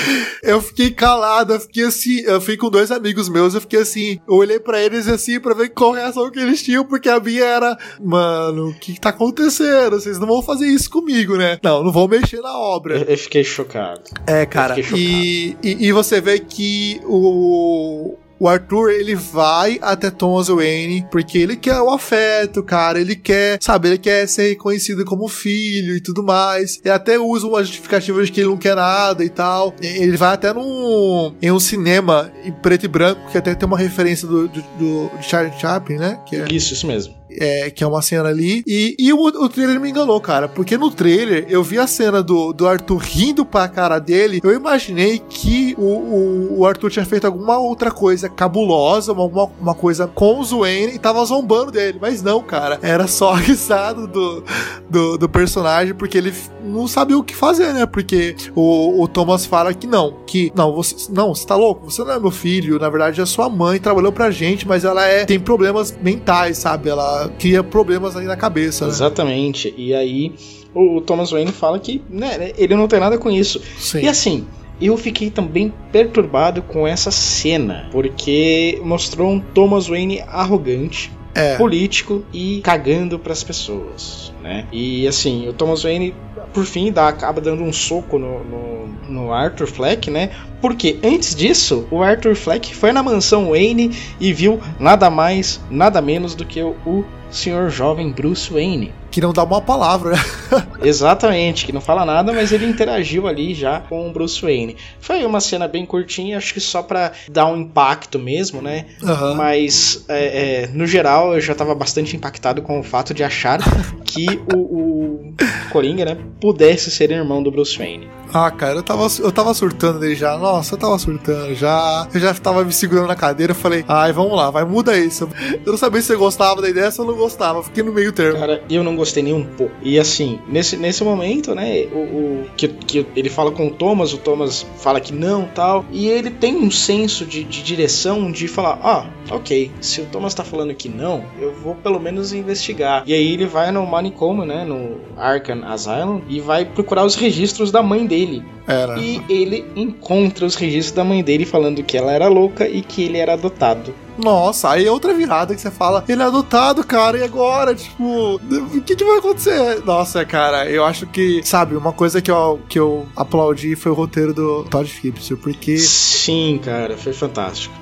Eu fiquei calado, eu fiquei assim, eu fiquei com dois amigos meus, eu fiquei assim, eu olhei pra eles assim, pra ver qual reação que eles tinham, porque a minha era: mano, o que tá acontecendo? Vocês não vão fazer isso comigo, né? Não, não vão mexer na obra.
Eu, eu fiquei chocado.
É, cara, e, e, e você vê que o... O Arthur, ele vai até Thomas Wayne porque ele quer o afeto, cara. Ele quer, sabe, ele quer ser reconhecido como filho e tudo mais. E até usa uma justificativa de que ele não quer nada e tal. Ele vai até num, em um cinema em preto e branco, que até tem uma referência do, do, do Charlie Chaplin, né? Que é...
Isso, isso mesmo.
É, que é uma cena ali. E, e o, o trailer me enganou, cara. Porque no trailer eu vi a cena do, do Arthur rindo pra cara dele. Eu imaginei que o, o, o Arthur tinha feito alguma outra coisa cabulosa, uma, uma coisa com o Wayne e tava zombando dele. Mas não, cara. Era só risado do, do, do personagem, porque ele não sabia o que fazer, né? Porque o, o Thomas fala que não. Que não, você, não, você tá louco? Você não é meu filho. Na verdade, é sua mãe. Trabalhou pra gente, mas ela é, tem problemas mentais, sabe? Ela cria problemas aí na cabeça, né?
Exatamente. E aí o, o Thomas Wayne fala que, né, ele não tem nada com isso.
Sim.
E assim, eu fiquei também perturbado com essa cena, porque mostrou um Thomas Wayne arrogante, é. político e cagando pras pessoas, né? E assim, o Thomas Wayne, por fim, dá, acaba dando um soco no, no, no Arthur Fleck, né? Porque antes disso, o Arthur Fleck foi na mansão Wayne e viu nada mais, nada menos do que o, o senhor jovem Bruce Wayne.
Que não dá uma palavra, né?
Exatamente, que não fala nada, mas ele interagiu ali já com o Bruce Wayne. Foi uma cena bem curtinha, acho que só pra dar um impacto mesmo, né? Uhum. Mas, é, é, no geral, eu já tava bastante impactado com o fato de achar que o, o Coringa, né, pudesse ser irmão do Bruce Wayne.
Ah, cara, eu tava, eu tava surtando dele já. Nossa, eu tava surtando já. Eu já tava me segurando na cadeira. Eu falei: ai, vamos lá, vai, muda isso. Eu não sabia se você gostava da ideia, se eu não gostava. Fiquei no meio termo.
Cara, eu não gostei nem um pouco. E assim, nesse, nesse momento, né, o, o que, que ele fala com o Thomas, o Thomas fala que não, tal. E ele tem um senso de, de direção de falar: ah, ok, se o Thomas tá falando que não, eu vou pelo menos investigar. E aí ele vai no manicômio, né, no Arkham Asylum, e vai procurar os registros da mãe dele.
Era.
E ele encontra os registros da mãe dele falando que ela era louca e que ele era adotado.
Nossa, aí é outra virada que você fala: ele é adotado, cara, e agora? Tipo, o que que vai acontecer? Nossa, cara, eu acho que, sabe, uma coisa que eu, que eu aplaudi foi o roteiro do Todd Phillips, porque...
Sim, cara, foi fantástico.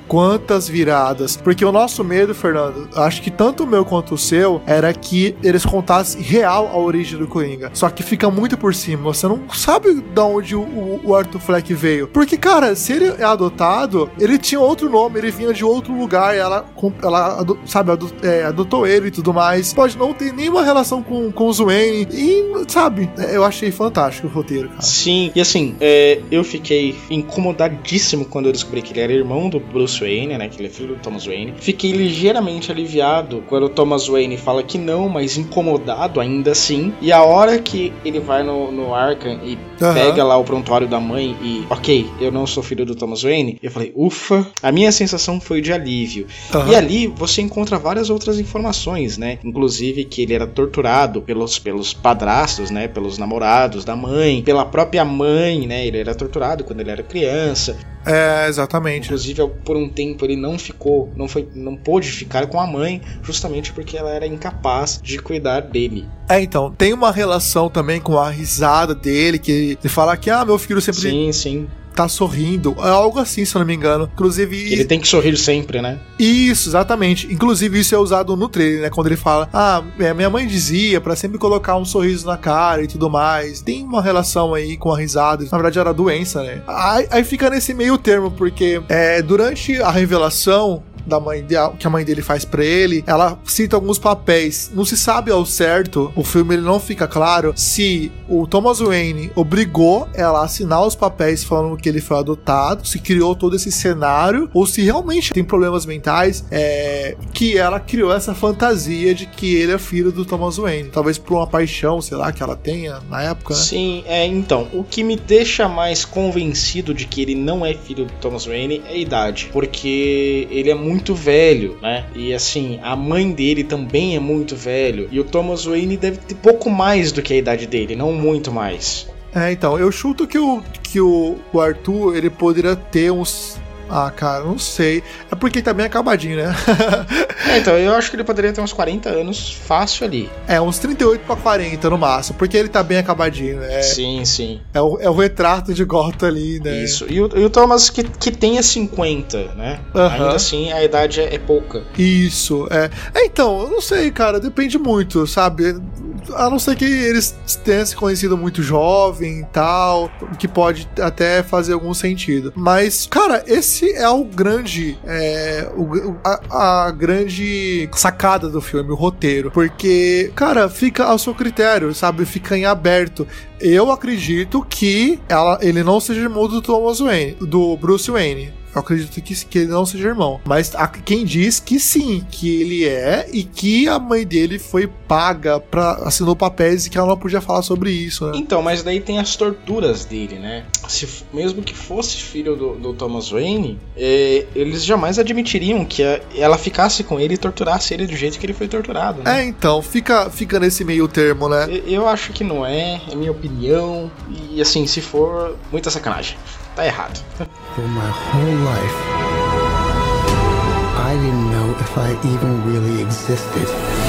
quantas viradas. Porque o nosso medo, Fernando, acho que tanto o meu quanto o seu, era que eles contassem real a origem do Coringa. Só que fica muito por cima. Você não sabe de onde o, o Arthur Fleck veio. Porque, cara, se ele é adotado, ele tinha outro nome, ele vinha de outro lugar, e ela, ela sabe, é, adotou ele e tudo mais. Pode não ter nenhuma relação com, com o Wayne. E, sabe, eu achei fantástico o roteiro, cara.
Sim, e assim, é, eu fiquei incomodadíssimo quando eu descobri que ele era irmão do Bruce Wayne, né, que ele é filho do Thomas Wayne. Fiquei ligeiramente aliviado quando o Thomas Wayne fala que não, mas incomodado ainda assim. E a hora que ele vai no, no Arkham e uhum. pega lá o prontuário da mãe e, ok, eu não sou filho do Thomas Wayne, eu falei, ufa, a minha sensação foi de alívio. Uhum. E ali você encontra várias outras informações, né, inclusive que ele era torturado pelos, pelos padrastos, né, pelos namorados da mãe, pela própria mãe, né, ele era torturado quando ele era criança.
É, exatamente.
Inclusive, por um tempo ele não ficou, não foi, não pôde ficar com a mãe, justamente porque ela era incapaz de cuidar dele.
É, então, tem uma relação também com a risada dele, que ele fala que, ah, meu filho sempre...
Sim, sim.
tá sorrindo, é algo assim, se eu não me engano. Inclusive...
Ele tem que sorrir sempre, né?
Isso, exatamente. Inclusive isso é usado no trailer, né? Quando ele fala, ah, minha mãe dizia pra sempre colocar um sorriso na cara e tudo mais. Tem uma relação aí com a risada. Na verdade era doença, né? Aí, aí fica nesse meio termo, porque é, durante a revelação da mãe de, que a mãe dele faz pra ele, ela cita alguns papéis. Não se sabe ao certo, o filme ele não fica claro se o Thomas Wayne obrigou ela a assinar os papéis falando que ele foi adotado, se criou todo esse cenário, ou se realmente tem problemas mentais, é, que ela criou essa fantasia de que ele é filho do Thomas Wayne. Talvez por uma paixão, sei lá, que ela tenha na época, né?
Sim, é, então, o que me deixa mais convencido de que ele não é filho do Thomas Wayne é a idade, porque ele é muito muito velho, né? E assim, a mãe dele também é muito velho. E o Thomas Wayne deve ter pouco mais do que a idade dele, não muito mais.
É, então, eu chuto que o, que o, o Arthur, ele poderia ter uns... Ah, cara, não sei. É porque ele tá bem acabadinho, né?
É, então, eu acho que ele poderia ter uns quarenta anos fácil ali.
É, uns trinta e oito pra quarenta no máximo, porque ele tá bem acabadinho, né?
Sim, sim.
É o, é o retrato de Gotham ali, né?
Isso. E o, e o Thomas que, que tenha cinquenta, né? Uhum. Ainda assim, a idade é, é pouca.
Isso, é. É, então, eu não sei, cara, depende muito, sabe? A não ser que eles tenham se conhecido muito jovem e tal, que pode até fazer algum sentido. Mas, cara, esse é o grande é, o, a, a grande sacada do filme, o roteiro, porque, cara, fica ao seu critério, sabe, fica em aberto. Eu acredito que ela, ele não seja irmão do Thomas Wayne, do Bruce Wayne. Eu acredito que, que ele não seja irmão. Mas há quem diz que sim, que ele é, e que a mãe dele foi paga pra assinou papéis e que ela não podia falar sobre isso, né?
Então, mas daí tem as torturas dele, né? Se, mesmo que fosse filho do, do Thomas Wayne, é, eles jamais admitiriam que a, ela ficasse com ele e torturasse ele do jeito que ele foi torturado, né?
É, então, fica, fica nesse meio termo, né?
Eu, eu acho que não é, é minha opinião. E assim, se for, muita sacanagem. Tá errado.
For my whole life, I didn't know if I even really existed.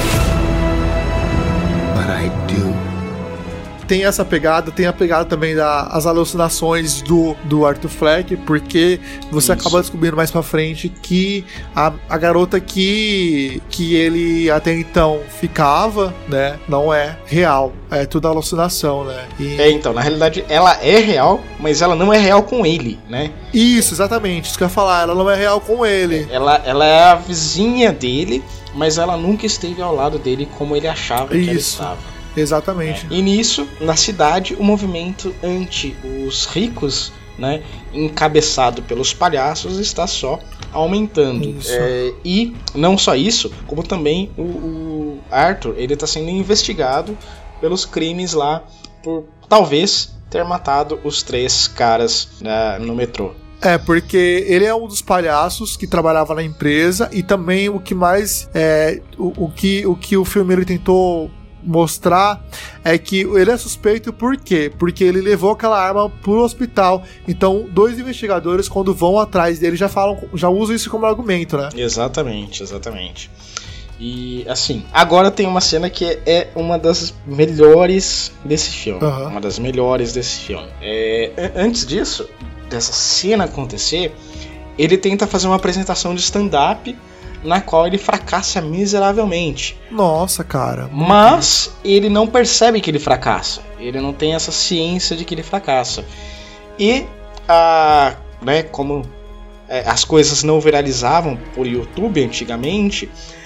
But I do.
Tem essa pegada, tem a pegada também das alucinações do, do Arthur Fleck, porque você Isso. acaba descobrindo mais pra frente que a, a garota que, que ele até então ficava, né, não é real, é tudo alucinação, né? E...
É, então, na realidade ela é real, mas ela não é real com ele, né?
Isso, exatamente, isso que eu ia falar, ela não é real com ele.
Ela, ela é a vizinha dele, mas ela nunca esteve ao lado dele como ele achava
Isso.
que ela estava.
Exatamente.
É. E nisso, na cidade, o movimento anti os ricos, né, encabeçado pelos palhaços, está só aumentando. É, e não só isso, como também o, o Arthur, ele está sendo investigado pelos crimes lá por talvez ter matado os três caras, né, no metrô.
É, porque ele é um dos palhaços que trabalhava na empresa, e também o que mais é, o, o, que, o que o filme ele tentou mostrar é que ele é suspeito. Por quê? Porque ele levou aquela arma pro hospital. Então, dois investigadores, quando vão atrás dele, já falam, já usam isso como argumento, né?
Exatamente, exatamente. E assim, agora tem uma cena que é uma das melhores desse filme. Uhum. Uma das melhores desse filme. É, antes disso, dessa cena acontecer, ele tenta fazer uma apresentação de stand-up na qual ele fracassa miseravelmente.
Nossa, cara.
Mas ele não percebe que ele fracassa. Ele não tem essa ciência de que ele fracassa. E, a, né, como é, as coisas não viralizavam por YouTube antigamente,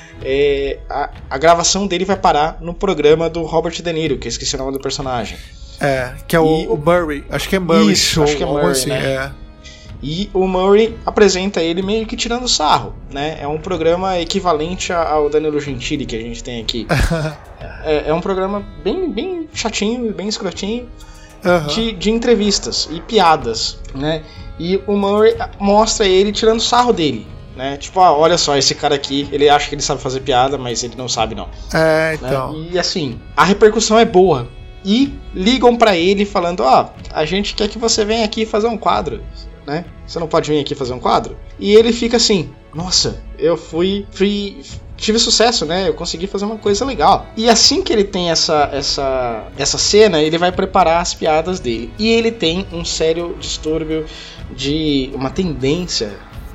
é, a, a gravação dele vai parar no programa do Robert De Niro, que eu esqueci o nome do personagem.
É, que é o,
E,
o Murray. Acho que é Murray
Isso,
Show.
acho que é
algo
Murray,
assim,
né?
é.
E o Murray apresenta ele meio que tirando sarro, né? É um programa equivalente ao Danilo Gentili que a gente tem aqui. é, é um programa bem, bem chatinho, bem escrotinho, uhum. de, de entrevistas e piadas, né? E o Murray mostra ele tirando sarro dele, né? Tipo, ah, olha só, esse cara aqui, ele acha que ele sabe fazer piada, mas ele não sabe não.
É, então.
Né? E assim, a repercussão é boa. E ligam pra ele falando, ó, oh, a gente quer que você venha aqui fazer um quadro, né? Você não pode vir aqui fazer um quadro? E ele fica assim, nossa, eu fui, fui tive sucesso, né? Eu consegui fazer uma coisa legal. E assim que ele tem essa, essa, essa cena, ele vai preparar as piadas dele. E ele tem um sério distúrbio de uma tendência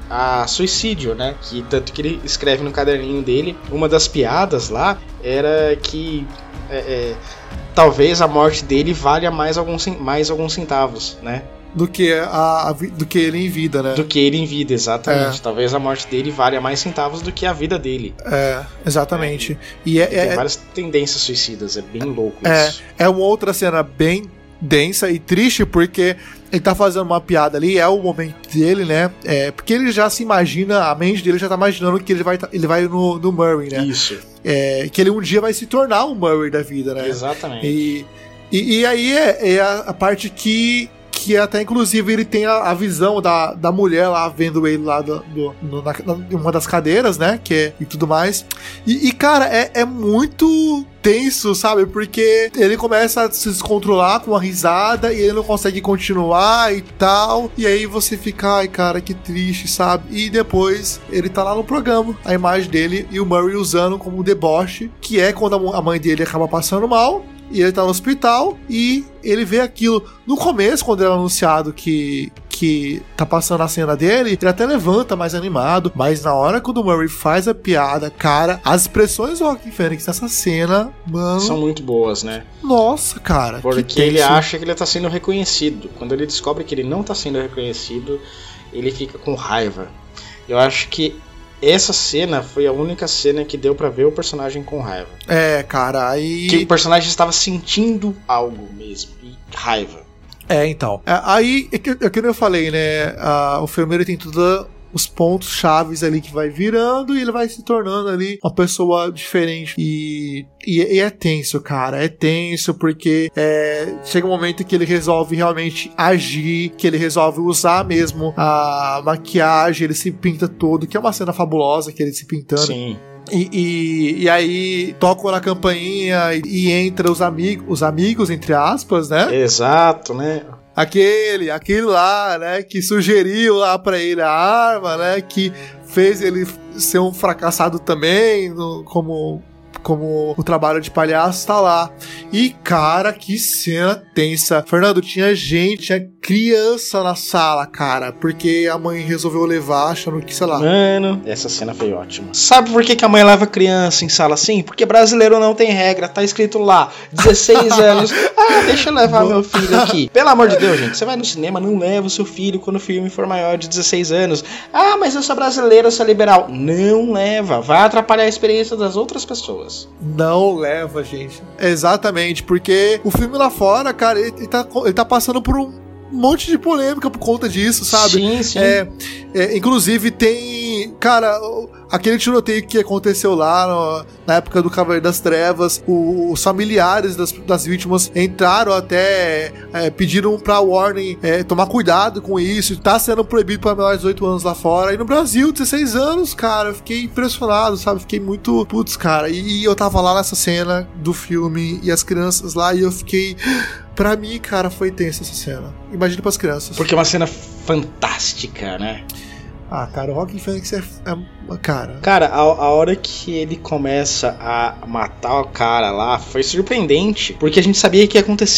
a suicídio, né? Que tanto que ele escreve no caderninho dele, uma das piadas lá era que é, é, talvez a morte dele valha mais alguns, mais alguns centavos, né?
Do que, a, a, do que ele em vida, né?
Do que ele em vida, exatamente.
É.
Talvez a morte dele valha mais centavos do que a vida dele.
É, exatamente. É, e é,
tem
é,
várias tendências suicidas, é bem louco
é,
isso.
É uma outra cena bem densa e triste, porque ele tá fazendo uma piada ali, é o momento dele, né? É, porque ele já se imagina, a mente dele já tá imaginando que ele vai, ele vai no, no Murray, né?
Isso.
É, que ele um dia vai se tornar o Murray da vida, né?
Exatamente.
E, e, e aí é, é a, a parte que que até inclusive ele tem a, a visão da, da mulher lá vendo ele lá do, do, no, na, em uma das cadeiras, né, que é, e tudo mais, e, e cara, é, é muito tenso, sabe, porque ele começa a se descontrolar com uma risada e ele não consegue continuar e tal, e aí você fica, ai cara, que triste, sabe, e depois ele tá lá no programa, a imagem dele e o Murray usando como deboche, que é quando a mãe dele acaba passando mal, e ele tá no hospital e ele vê aquilo. No começo, quando ele é anunciado que, que tá passando a cena dele, ele até levanta mais animado. Mas na hora que o Murray faz a piada, cara, as expressões do Joaquin Phoenix nessa cena, mano,
são muito boas, né?
Nossa, cara.
Porque ele acha que ele tá sendo reconhecido. Quando ele descobre que ele não tá sendo reconhecido, ele fica com raiva. Eu acho que essa cena foi a única cena que deu pra ver o personagem com raiva. É,
cara, aí...
Que o personagem estava sentindo algo mesmo, e raiva.
É, então. É, aí, é que, é que eu falei, né, a, o filme ele tem tudo... os pontos chaves ali que vai virando e ele vai se tornando ali uma pessoa diferente. E, e, e é tenso, cara. É tenso porque é, chega um momento que ele resolve realmente agir, que ele resolve usar mesmo a maquiagem, ele se pinta todo, que é uma cena fabulosa que ele se pintando.
Sim.
E, e, e aí tocam na campainha e, e entra os amigos, os amigos, entre aspas, né?
Exato, né?
Aquele, aquele lá, né, que sugeriu lá pra ele a arma, né, que fez ele ser um fracassado também, no, como, como o trabalho de palhaço tá lá. E, cara, que cena tensa. Fernando, tinha gente, tinha criança na sala, cara, porque a mãe resolveu levar, achando que, sei lá...
Mano, essa cena foi ótima. Sabe por que, que a mãe leva criança em sala assim? Porque brasileiro não tem regra, tá escrito lá, dezesseis anos. Ah, deixa eu levar meu filho aqui. Pelo amor de Deus, gente, você vai no cinema, não leva o seu filho quando o filme for maior de dezesseis anos. Ah, mas eu sou brasileiro, eu sou liberal. Não leva, vai atrapalhar a experiência das outras pessoas.
Não leva, gente. Exatamente, porque o filme lá fora, cara, ele, ele, tá, ele tá passando por um monte de polêmica por conta disso, sabe?
Sim, sim.
É, é, inclusive tem, cara, aquele tiroteio que aconteceu lá no, na época do Cavaleiro das Trevas, o, os familiares das, das vítimas entraram até, é, pediram pra Warner é, tomar cuidado com isso, tá sendo proibido para menores de dezoito anos lá fora, e no Brasil, dezesseis anos, cara, eu fiquei impressionado, sabe? Fiquei muito, putz, cara, e, e eu tava lá nessa cena do filme, e as crianças lá, e eu fiquei... Pra mim, cara, foi tensa essa cena. Imagina pras crianças.
Porque é uma cena fantástica, né?
Ah, cara, o Joaquin Phoenix é... é cara...
Cara, a, a hora que ele começa a matar o cara lá foi surpreendente. Porque a gente sabia que ia acontecer.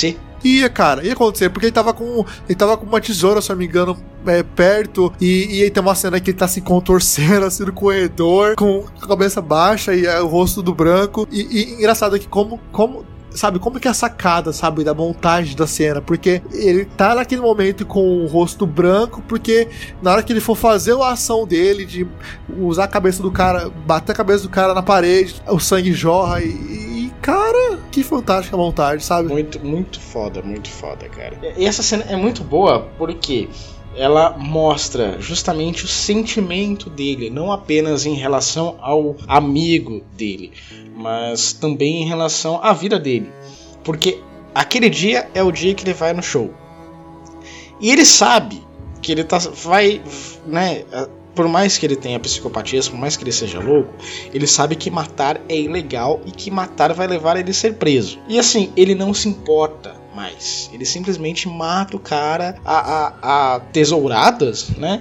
Ia, cara, ia acontecer, porque ele tava com, ele tava com uma tesoura, se eu não me engano, é, perto, e, e aí tem uma cena que ele tá se contorcendo assim no corredor, com a cabeça baixa e é, o rosto do branco, e, e engraçado é que como, como sabe, como que é a sacada, sabe, da montagem da cena, porque ele tá naquele momento com o rosto branco, porque na hora que ele for fazer a ação dele, de usar a cabeça do cara, bater a cabeça do cara na parede, o sangue jorra e, e cara, que fantástica montagem, sabe?
Muito, muito foda, muito foda, cara. E essa cena é muito boa porque ela mostra justamente o sentimento dele, não apenas em relação ao amigo dele, mas também em relação à vida dele. Porque aquele dia é o dia que ele vai no show. E ele sabe que ele tá, vai, né, por mais que ele tenha psicopatia, por mais que ele seja louco, ele sabe que matar é ilegal e que matar vai levar ele a ser preso. E assim, ele não se importa mais. Ele simplesmente mata o cara a, a, a tesouradas, né?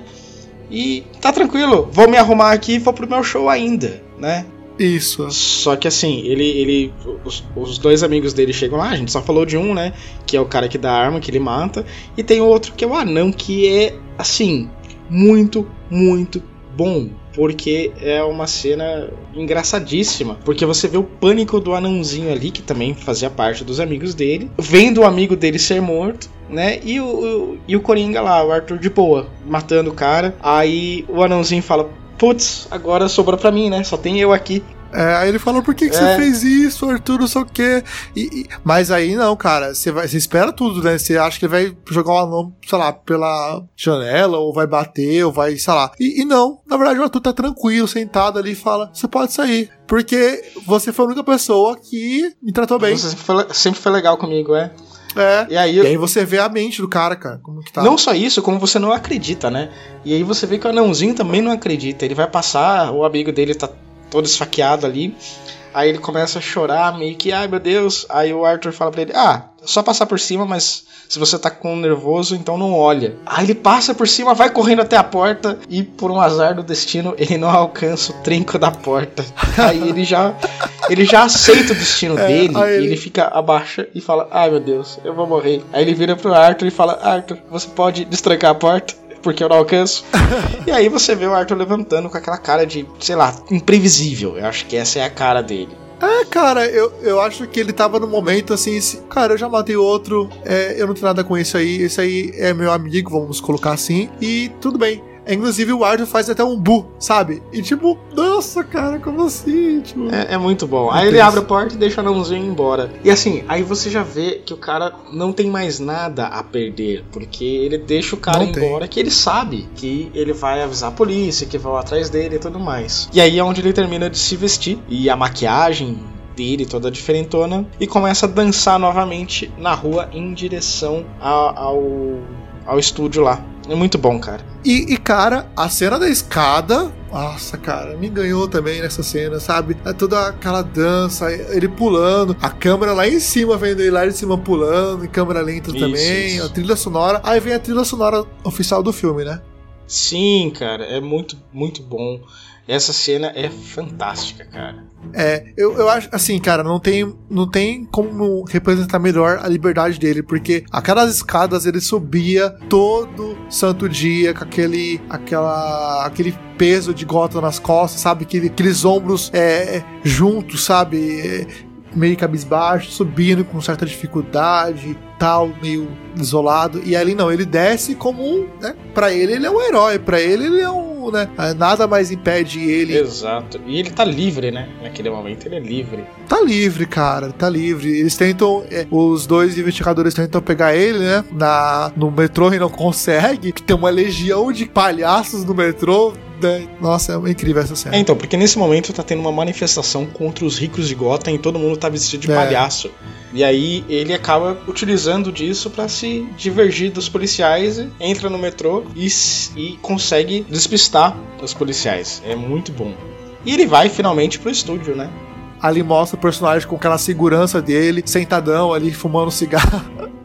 E tá tranquilo, vou me arrumar aqui e vou pro meu show ainda, né?
Isso.
Só que assim, ele, ele os, os dois amigos dele chegam lá, a gente só falou de um, né? Que é o cara que dá a arma, que ele mata. E tem outro que é o anão, que é, assim, muito, muito bom. Porque é uma cena engraçadíssima. Porque você vê o pânico do anãozinho ali, que também fazia parte dos amigos dele, vendo o amigo dele ser morto, né? E o, o, e o Coringa lá, o Arthur de boa, matando o cara. Aí o anãozinho fala: putz, agora sobrou pra mim, né? Só tem eu aqui.
É, aí ele falou, por que, que é. você fez isso, Arthur, não sei o quê. E, e, mas aí não, cara, você, vai, você espera tudo, né? Você acha que ele vai jogar o anão, sei lá, pela janela, ou vai bater, ou vai, sei lá. E, e não, na verdade o Arthur tá tranquilo, sentado ali e fala, você pode sair. Porque você foi a única pessoa que me tratou bem.
Você sempre foi, sempre foi legal comigo, é.
É,
e aí,
e aí você vê a mente do cara, cara, como que tá.
Não só isso, como você não acredita, né? E aí você vê que o anãozinho também não acredita. Ele vai passar, o amigo dele tá todo esfaqueado ali. Aí ele começa a chorar, meio que, ai meu Deus. Aí o Arthur fala pra ele, ah, só passar por cima, mas se você tá com nervoso, então não olha. Aí ele passa por cima, vai correndo até a porta e por um azar do destino, ele não alcança o trinco da porta. Aí ele já, ele já aceita o destino é, dele e ele... ele fica abaixa e fala, ai meu Deus, eu vou morrer. Aí ele vira pro Arthur e fala, Arthur, você pode destrancar a porta? Porque eu não alcanço. E aí você vê o Arthur levantando com aquela cara de, sei lá, imprevisível. Eu acho que essa é a cara dele.
É, cara, eu, eu acho que ele tava no momento assim, assim cara, eu já matei outro, é, eu não tenho nada com isso aí, esse aí é meu amigo, vamos colocar assim, e tudo bem. Inclusive o Arthur faz até um bu, sabe? E tipo, nossa, cara, como assim? Tipo...
É, é muito bom. Aí ele abre a porta e deixa o anãozinho embora. E assim, aí você já vê que o cara não tem mais nada a perder, porque ele deixa o cara não embora, tem. Que ele sabe que ele vai avisar a polícia, que vão atrás dele e tudo mais. E aí é onde ele termina de se vestir, e a maquiagem dele toda diferentona, e começa a dançar novamente na rua em direção ao, ao, ao estúdio lá. É muito bom, cara.
E, e, cara, a cena da escada, nossa, cara, me ganhou também nessa cena, sabe? É toda aquela dança, ele pulando, a câmera lá em cima, vendo ele lá em cima pulando, em câmera lenta isso, também, isso. A trilha sonora. Aí vem a trilha sonora oficial do filme, né?
Sim, cara, é muito, muito bom. Essa cena é fantástica, cara.
É, eu, eu acho, assim, cara, não tem, não tem como representar melhor a liberdade dele, porque aquelas escadas ele subia todo santo dia com aquele, aquela, aquele peso de Gotham nas costas, sabe? Aquele, aqueles ombros é, juntos, sabe? É, meio cabisbaixo, subindo com certa dificuldade, tal, meio isolado. E ali não, ele desce como um, né? Pra ele, ele é um herói. Pra ele, ele é um, né? Nada mais impede ele.
Exato. E ele tá livre, né? Naquele momento, ele é livre.
Tá livre, cara. Tá livre. Eles tentam, é, os dois investigadores tentam pegar ele, né? Na, no metrô e não consegue. Tem uma legião de palhaços no metrô. Nossa, é incrível essa cena.
É, então, porque nesse momento tá tendo uma manifestação contra os ricos de Gotham e todo mundo tá vestido de é. palhaço. E aí ele acaba utilizando disso pra se divergir dos policiais, entra no metrô e, e consegue despistar os policiais. É muito bom. E ele vai finalmente pro estúdio, né?
Ali mostra o personagem com aquela segurança dele, sentadão ali, fumando cigarro.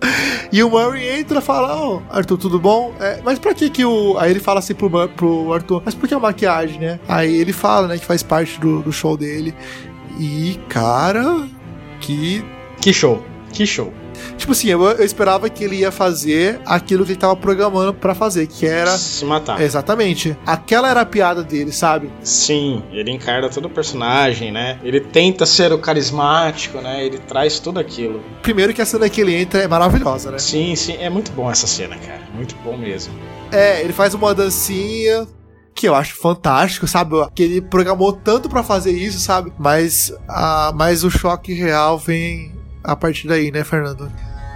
E o Murray entra e fala, ó, oh, Arthur, tudo bom? É, mas pra que que o... Aí ele fala assim pro, pro Arthur, mas por que a maquiagem, né? Aí ele fala, né, que faz parte do, do show dele. E, cara, que...
Que show, que show.
Tipo assim, eu, eu esperava que ele ia fazer aquilo que ele tava programando pra fazer, que era...
se matar.
Exatamente. Aquela era a piada dele, sabe?
Sim, ele encarna todo o personagem, né? Ele tenta ser o carismático, né? Ele traz tudo aquilo.
Primeiro que a cena que ele entra é maravilhosa, né?
Sim, sim, é muito bom essa cena, cara. Muito bom mesmo.
É, ele faz uma dancinha que eu acho fantástico, sabe? Que ele programou tanto pra fazer isso, sabe? Mas, a, mas o choque real vem a partir daí, né, Fernando?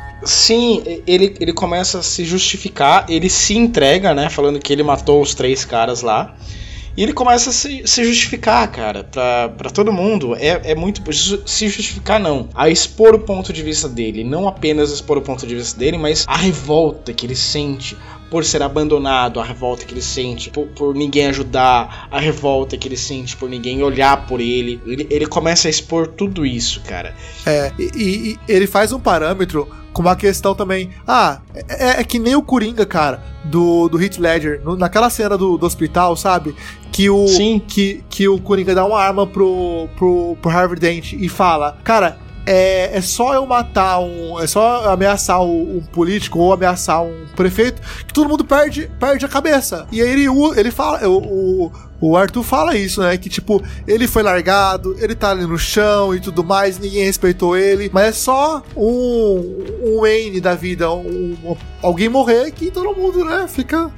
Sim, ele, ele começa a se justificar, ele se entrega, né? Falando que ele matou os três caras lá. E ele começa a se, se justificar, cara, pra, pra todo mundo. É, é muito... Se justificar, não. A expor o ponto de vista dele. Não apenas expor o ponto de vista dele, mas a revolta que ele sente por ser abandonado, a revolta que ele sente por, por ninguém ajudar, a revolta que ele sente por ninguém olhar por ele. Ele, ele começa a expor tudo isso, cara.
É, e, e ele faz um parâmetro com uma questão também. Ah, é, é que nem o Coringa, cara, do, do Heath Ledger, no, naquela cena do, do hospital, sabe? Que o, que, que o Coringa dá uma arma pro, pro, pro Harvey Dent e fala, cara, É, é só eu matar um... É só ameaçar um, um político ou ameaçar um prefeito que todo mundo perde, perde a cabeça. E aí ele, ele fala... O, o, o Arthur fala isso, né? Que tipo, ele foi largado, ele tá ali no chão e tudo mais, ninguém respeitou ele. Mas é só um, um Wayne da vida, um, um, alguém morrer que todo mundo, né, fica...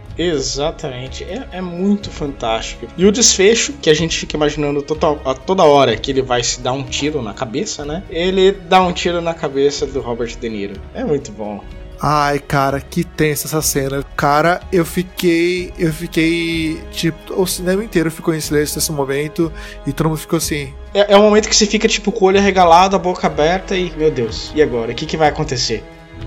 Exatamente, é, é muito fantástico. E o desfecho, que a gente fica imaginando total, a toda hora que ele vai se dar um tiro na cabeça, né? Ele dá um tiro na cabeça do Robert De Niro. É muito bom.
Ai, cara, que tensa essa cena. Cara, eu fiquei... Eu fiquei... Tipo, o cinema inteiro ficou em silêncio nesse momento e todo mundo ficou assim...
É, é um momento que você fica, tipo, com o olho arregalado, a boca aberta e... Meu Deus, e agora? O que, que vai acontecer?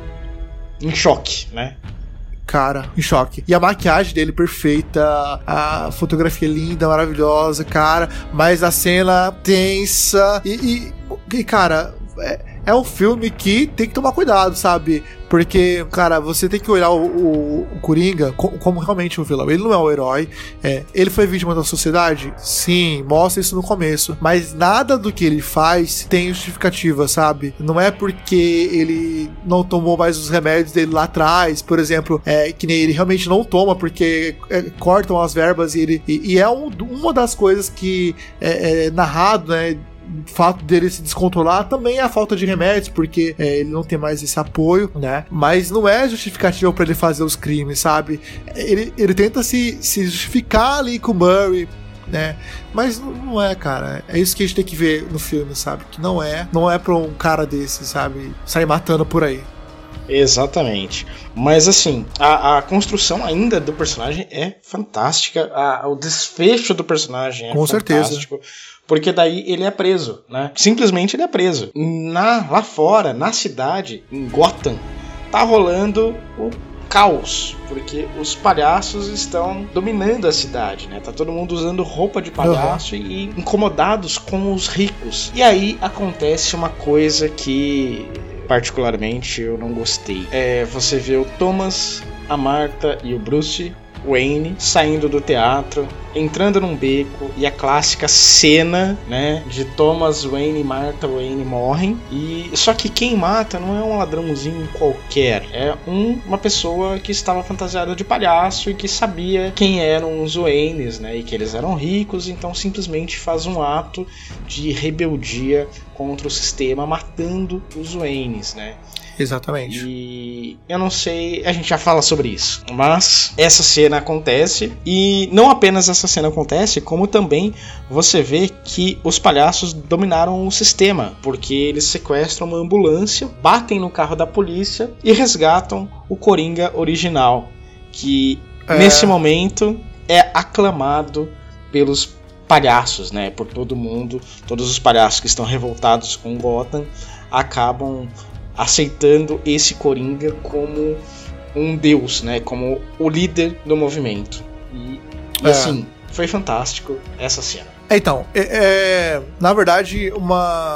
Em choque, né?
Cara, em choque. E a maquiagem dele perfeita, a fotografia linda, maravilhosa, cara, mas a cena tensa e, e, e cara, é, é um filme que tem que tomar cuidado, sabe? Porque, cara, você tem que olhar o, o, o Coringa como, como realmente um vilão. Ele não é um herói. É, ele foi vítima da sociedade? Sim, mostra isso no começo. Mas nada do que ele faz tem justificativa, sabe? Não é porque ele não tomou mais os remédios dele lá atrás, por exemplo, é, que nem ele realmente não toma porque é, cortam as verbas e ele... E, e é um, uma das coisas que é, é narrado, né? O fato dele se descontrolar também é a falta de remédios, porque é, ele não tem mais esse apoio, né? Mas não é justificativo pra ele fazer os crimes, sabe? Ele, ele tenta se, se justificar ali com o Murray, né? Mas não é, cara. É isso que a gente tem que ver no filme, sabe? Que não é, não é pra um cara desse, sabe? Sair matando por aí.
Exatamente. Mas assim, a, a construção ainda do personagem é fantástica. A, o desfecho do personagem é
com
fantástico.
Certeza.
Porque daí ele é preso, né? Simplesmente ele é preso. Na, lá fora, na cidade, em Gotham, tá rolando o caos. Porque os palhaços estão dominando a cidade, né? Tá todo mundo usando roupa de palhaço uhum. e incomodados com os ricos. E aí acontece uma coisa que... particularmente eu não gostei. É, você vê o Thomas, a Martha e o Bruce Wayne saindo do teatro, entrando num beco, e a clássica cena, né, de Thomas Wayne e Martha Wayne morrem. E só que quem mata não é um ladrãozinho qualquer, é um, uma pessoa que estava fantasiada de palhaço e que sabia quem eram os Waynes, né, e que eles eram ricos, então simplesmente faz um ato de rebeldia contra o sistema, matando os Waynes, né?
Exatamente.
E eu não sei, a gente já fala sobre isso, mas essa cena acontece, e não apenas essa cena acontece, como também você vê que os palhaços dominaram o sistema, porque eles sequestram uma ambulância, batem no carro da polícia e resgatam o Coringa original, que é... nesse momento é aclamado pelos palhaços, né, por todo mundo. Todos os palhaços que estão revoltados com Gotham acabam aceitando esse Coringa como um deus, né? Como o líder do movimento. E, e é. assim, foi fantástico essa cena.
Então, é, é, na verdade, uma,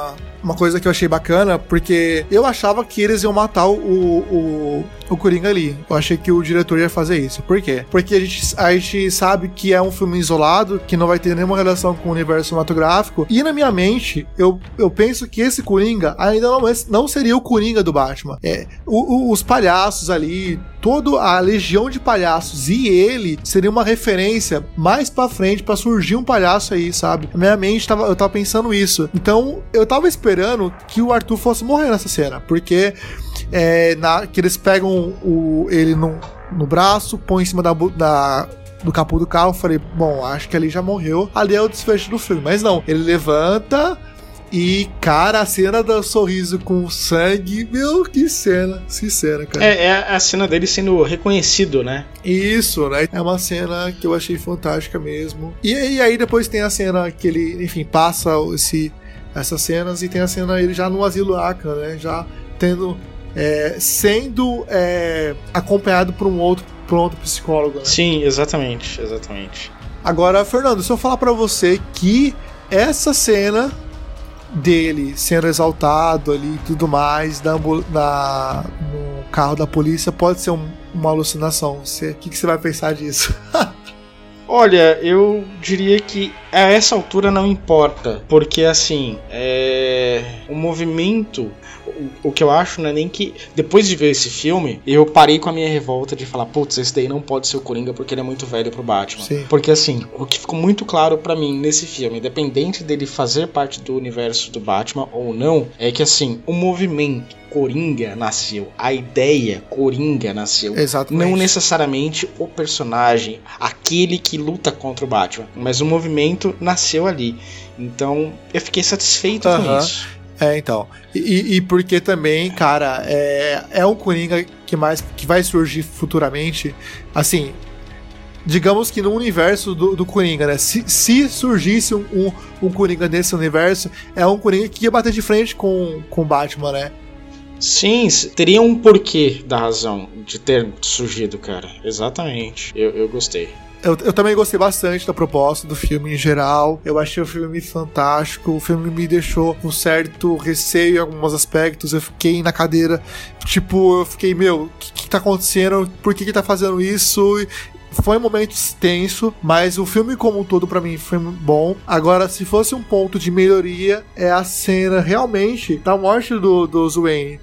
uma coisa que eu achei bacana, porque eu achava que eles iam matar o, o, o Coringa ali. Eu achei que o diretor ia fazer isso. Por quê? Porque a gente, a gente sabe que é um filme isolado, que não vai ter nenhuma relação com o universo cinematográfico, e na minha mente, eu, eu penso que esse Coringa ainda não, não seria o Coringa do Batman. É, o, o, os palhaços ali, toda a legião de palhaços e ele seria uma referência mais pra frente pra surgir um palhaço aí, sabe? Na minha mente, tava, eu tava pensando isso. Então, eu tava esperando que o Arthur fosse morrer nessa cena, porque é, na, que eles pegam o, ele no, no braço, põem em cima da, da, do capô do carro. Eu falei, bom, acho que ali já morreu. Ali é o desfecho do filme. Mas não, ele levanta... E, cara, a cena do sorriso com sangue, meu, que cena, sincera, cara.
É, é a cena dele sendo reconhecido, né?
Isso, né? É uma cena que eu achei fantástica mesmo. E, e aí depois tem a cena que ele, enfim, passa esse, essas cenas e tem a cena ele já no asilo Arkham, né? Já tendo, é, sendo é, acompanhado por um outro, por um outro psicólogo, né?
Sim, exatamente, exatamente.
Agora, Fernando, se eu falar pra você que essa cena... dele sendo exaltado ali e tudo mais na, na, no carro da polícia pode ser um, uma alucinação. O que, que você vai pensar disso?
Olha, eu diria que a essa altura não importa, porque assim, é... o movimento, o, o que eu acho não é nem que, depois de ver esse filme, eu parei com a minha revolta de falar, putz, esse daí não pode ser o Coringa porque ele é muito velho pro Batman.
Sim.
Porque assim, o que ficou muito claro pra mim nesse filme, independente dele fazer parte do universo do Batman ou não, é que assim, o movimento Coringa nasceu, a ideia Coringa nasceu.
Exatamente.
Não necessariamente o personagem, aquele que luta contra o Batman, mas o movimento nasceu ali. Então eu fiquei satisfeito
uhum.
com isso.
É, então. E, e porque também, cara, é, é um Coringa que, mais, que vai surgir futuramente. Assim, digamos que no universo do, do Coringa, né? Se, se surgisse um, um, um Coringa nesse universo, é um Coringa que ia bater de frente com o Batman, né?
Sim, teria um porquê da razão de ter surgido, cara. Exatamente. Eu, eu gostei.
Eu, eu também gostei bastante da proposta do filme em geral. Eu achei o filme fantástico. O filme me deixou com certo receio em alguns aspectos. Eu fiquei na cadeira, tipo, eu fiquei, meu, o que, que tá acontecendo? Por que que tá fazendo isso? E foi um momento tenso, mas o filme como um todo pra mim foi bom. Agora, se fosse um ponto de melhoria, é a cena realmente da morte do, do Wayne.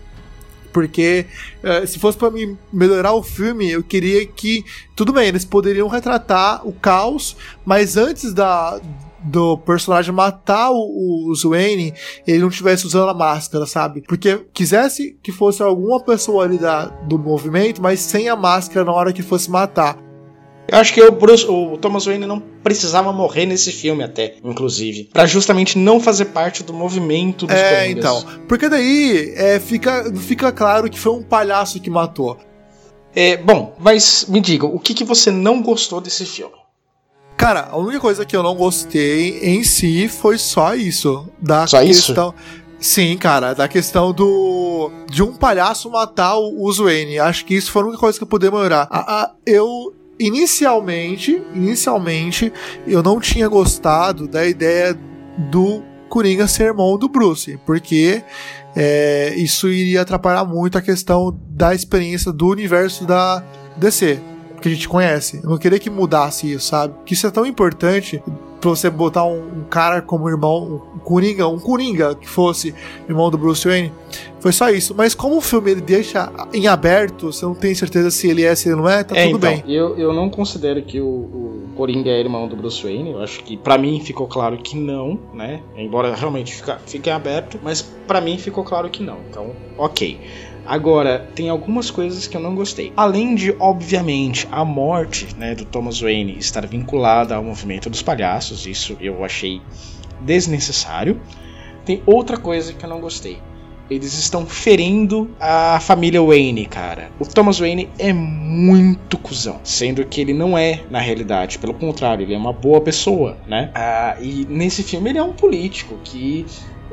Porque uh, se fosse pra mim melhorar o filme, eu queria que, tudo bem, eles poderiam retratar o caos, mas antes da, do personagem matar o, o Wayne, ele não estivesse usando a máscara, sabe? Porque quisesse que fosse alguma pessoa ali da, do movimento, mas sem a máscara na hora que fosse matar.
Eu acho que o, Bruce, o Thomas Wayne não precisava morrer nesse filme até, inclusive, pra justamente não fazer parte do movimento dos
É,
Coringas.
então, porque daí é, fica, fica claro que foi um palhaço que matou.
É, bom, mas me diga, o que, que você não gostou desse filme?
Cara, a única coisa que eu não gostei em si foi só isso. Da
só
questão...
isso?
Sim, cara, da questão do de um palhaço matar o, o Wayne. Acho que isso foi a única coisa que eu podia melhorar. A, a, eu... Inicialmente, inicialmente, eu não tinha gostado da ideia do Coringa ser irmão do Bruce, porque é, isso iria atrapalhar muito a questão da experiência do universo da D C, que a gente conhece. Eu não queria que mudasse isso, sabe? Porque isso é tão importante pra você botar um, um cara como irmão, um Coringa, um Coringa que fosse irmão do Bruce Wayne. Foi só isso. Mas como o filme ele deixa em aberto, você não tem certeza se ele é, se ele não é, tá
é,
tudo
então,
bem.
Eu, eu não considero que o, o Coringa é irmão do Bruce Wayne. Eu acho que pra mim ficou claro que não, né? Embora realmente fica, fique em aberto, mas pra mim ficou claro que não. Então, ok. Agora, tem algumas coisas que eu não gostei. Além de, obviamente, a morte, né, do Thomas Wayne estar vinculada ao movimento dos palhaços, isso eu achei desnecessário. Tem outra coisa que eu não gostei. Eles estão ferindo a família Wayne, cara. O Thomas Wayne é muito cuzão, sendo que ele não é, na realidade. Pelo contrário, ele é uma boa pessoa, né? Ah, e nesse filme ele é um político que...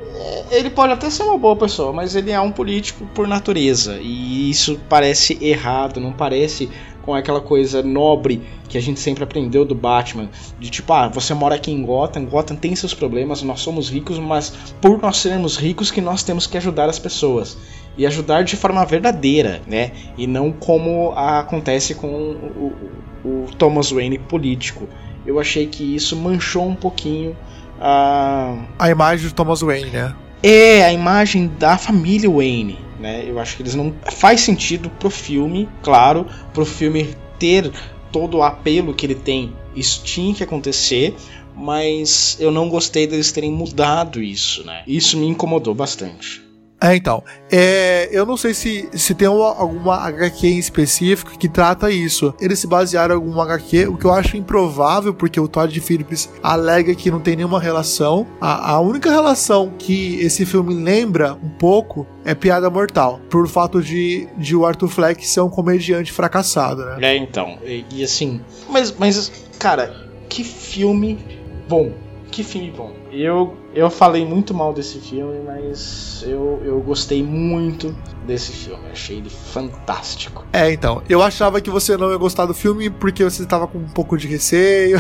Ele pode até ser uma boa pessoa, mas ele é um político por natureza. E isso parece errado, não parece com aquela coisa nobre que a gente sempre aprendeu do Batman, de tipo, ah, você mora aqui em Gotham, Gotham tem seus problemas, nós somos ricos, mas por nós sermos ricos que nós temos que ajudar as pessoas. E ajudar de forma verdadeira, né? E não como acontece com o, o, o Thomas Wayne político. Eu achei que isso manchou um pouquinho a...
a imagem do Thomas Wayne, né?
É, a imagem da família Wayne, né? Eu acho que eles não... Faz sentido pro filme, claro, pro filme ter todo o apelo que ele tem. Isso tinha que acontecer, mas eu não gostei deles terem mudado isso, né? Isso me incomodou bastante.
É, então, é, eu não sei se, se tem uma, alguma agá quê em específico que trata isso. Eles se basearam em alguma agá quê, o que eu acho improvável, porque o Todd Phillips alega que não tem nenhuma relação. A, a única relação que esse filme lembra um pouco é Piada Mortal, por fato de, de o Arthur Fleck ser um comediante fracassado, né?
É, então, e, e assim... Mas, mas, cara, que filme bom. Que filme bom. Eu, eu falei muito mal desse filme, mas eu, eu gostei muito desse filme. Achei ele fantástico.
É, então. Eu achava que você não ia gostar do filme porque você estava com um pouco de receio.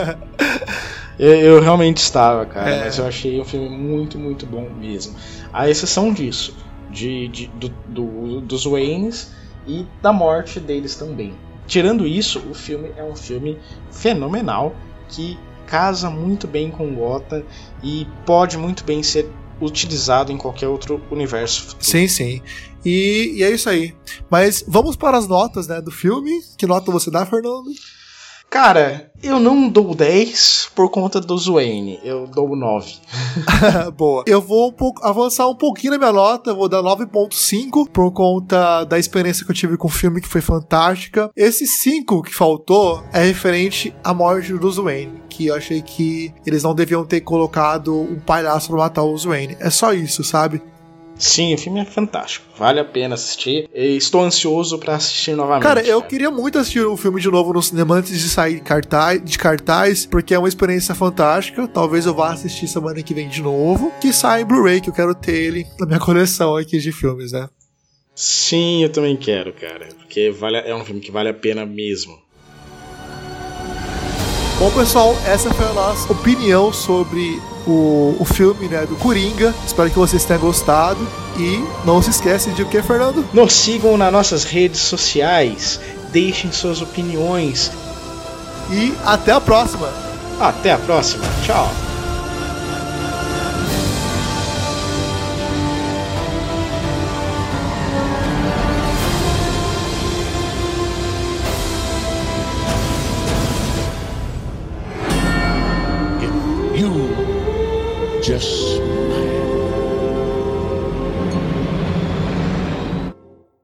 eu, eu realmente estava, cara.
É.
Mas eu achei um filme muito, muito bom mesmo. A exceção disso, de, de, do, do, dos Waynes e da morte deles também. Tirando isso, o filme é um filme fenomenal que casa muito bem com Gotham e pode muito bem ser utilizado em qualquer outro universo futuro.
Sim, sim. E, e é isso aí. Mas vamos para as notas, né, do filme. Que nota você dá, Fernando?
Cara, eu não dou dez por conta dos Wayne, eu dou nove.
Boa. Eu vou um pouco, avançar um pouquinho na minha nota, eu vou dar nove ponto cinco por conta da experiência que eu tive com o filme, que foi fantástica. Esse cinco que faltou é referente à morte dos Wayne, que eu achei que eles não deviam ter colocado um palhaço pra matar os Wayne. É só isso, sabe?
Sim, o filme é fantástico, vale a pena assistir. E estou ansioso pra assistir novamente.
Cara, eu
cara.
queria muito assistir o filme de novo no cinema antes de sair de cartaz, de cartaz, porque é uma experiência fantástica. Talvez eu vá assistir semana que vem de novo, que sai em Blu-ray, que eu quero ter ele na minha coleção aqui de filmes, né?
Sim, eu também quero, cara, porque vale, é um filme que vale a pena mesmo.
Bom, pessoal, essa foi a nossa opinião sobre o, o filme, né, do Coringa. Espero que vocês tenham gostado. E não se esquece de o que, Fernando?
Nos sigam nas nossas redes sociais, deixem suas opiniões.
E até a próxima!
Até a próxima, tchau!
You just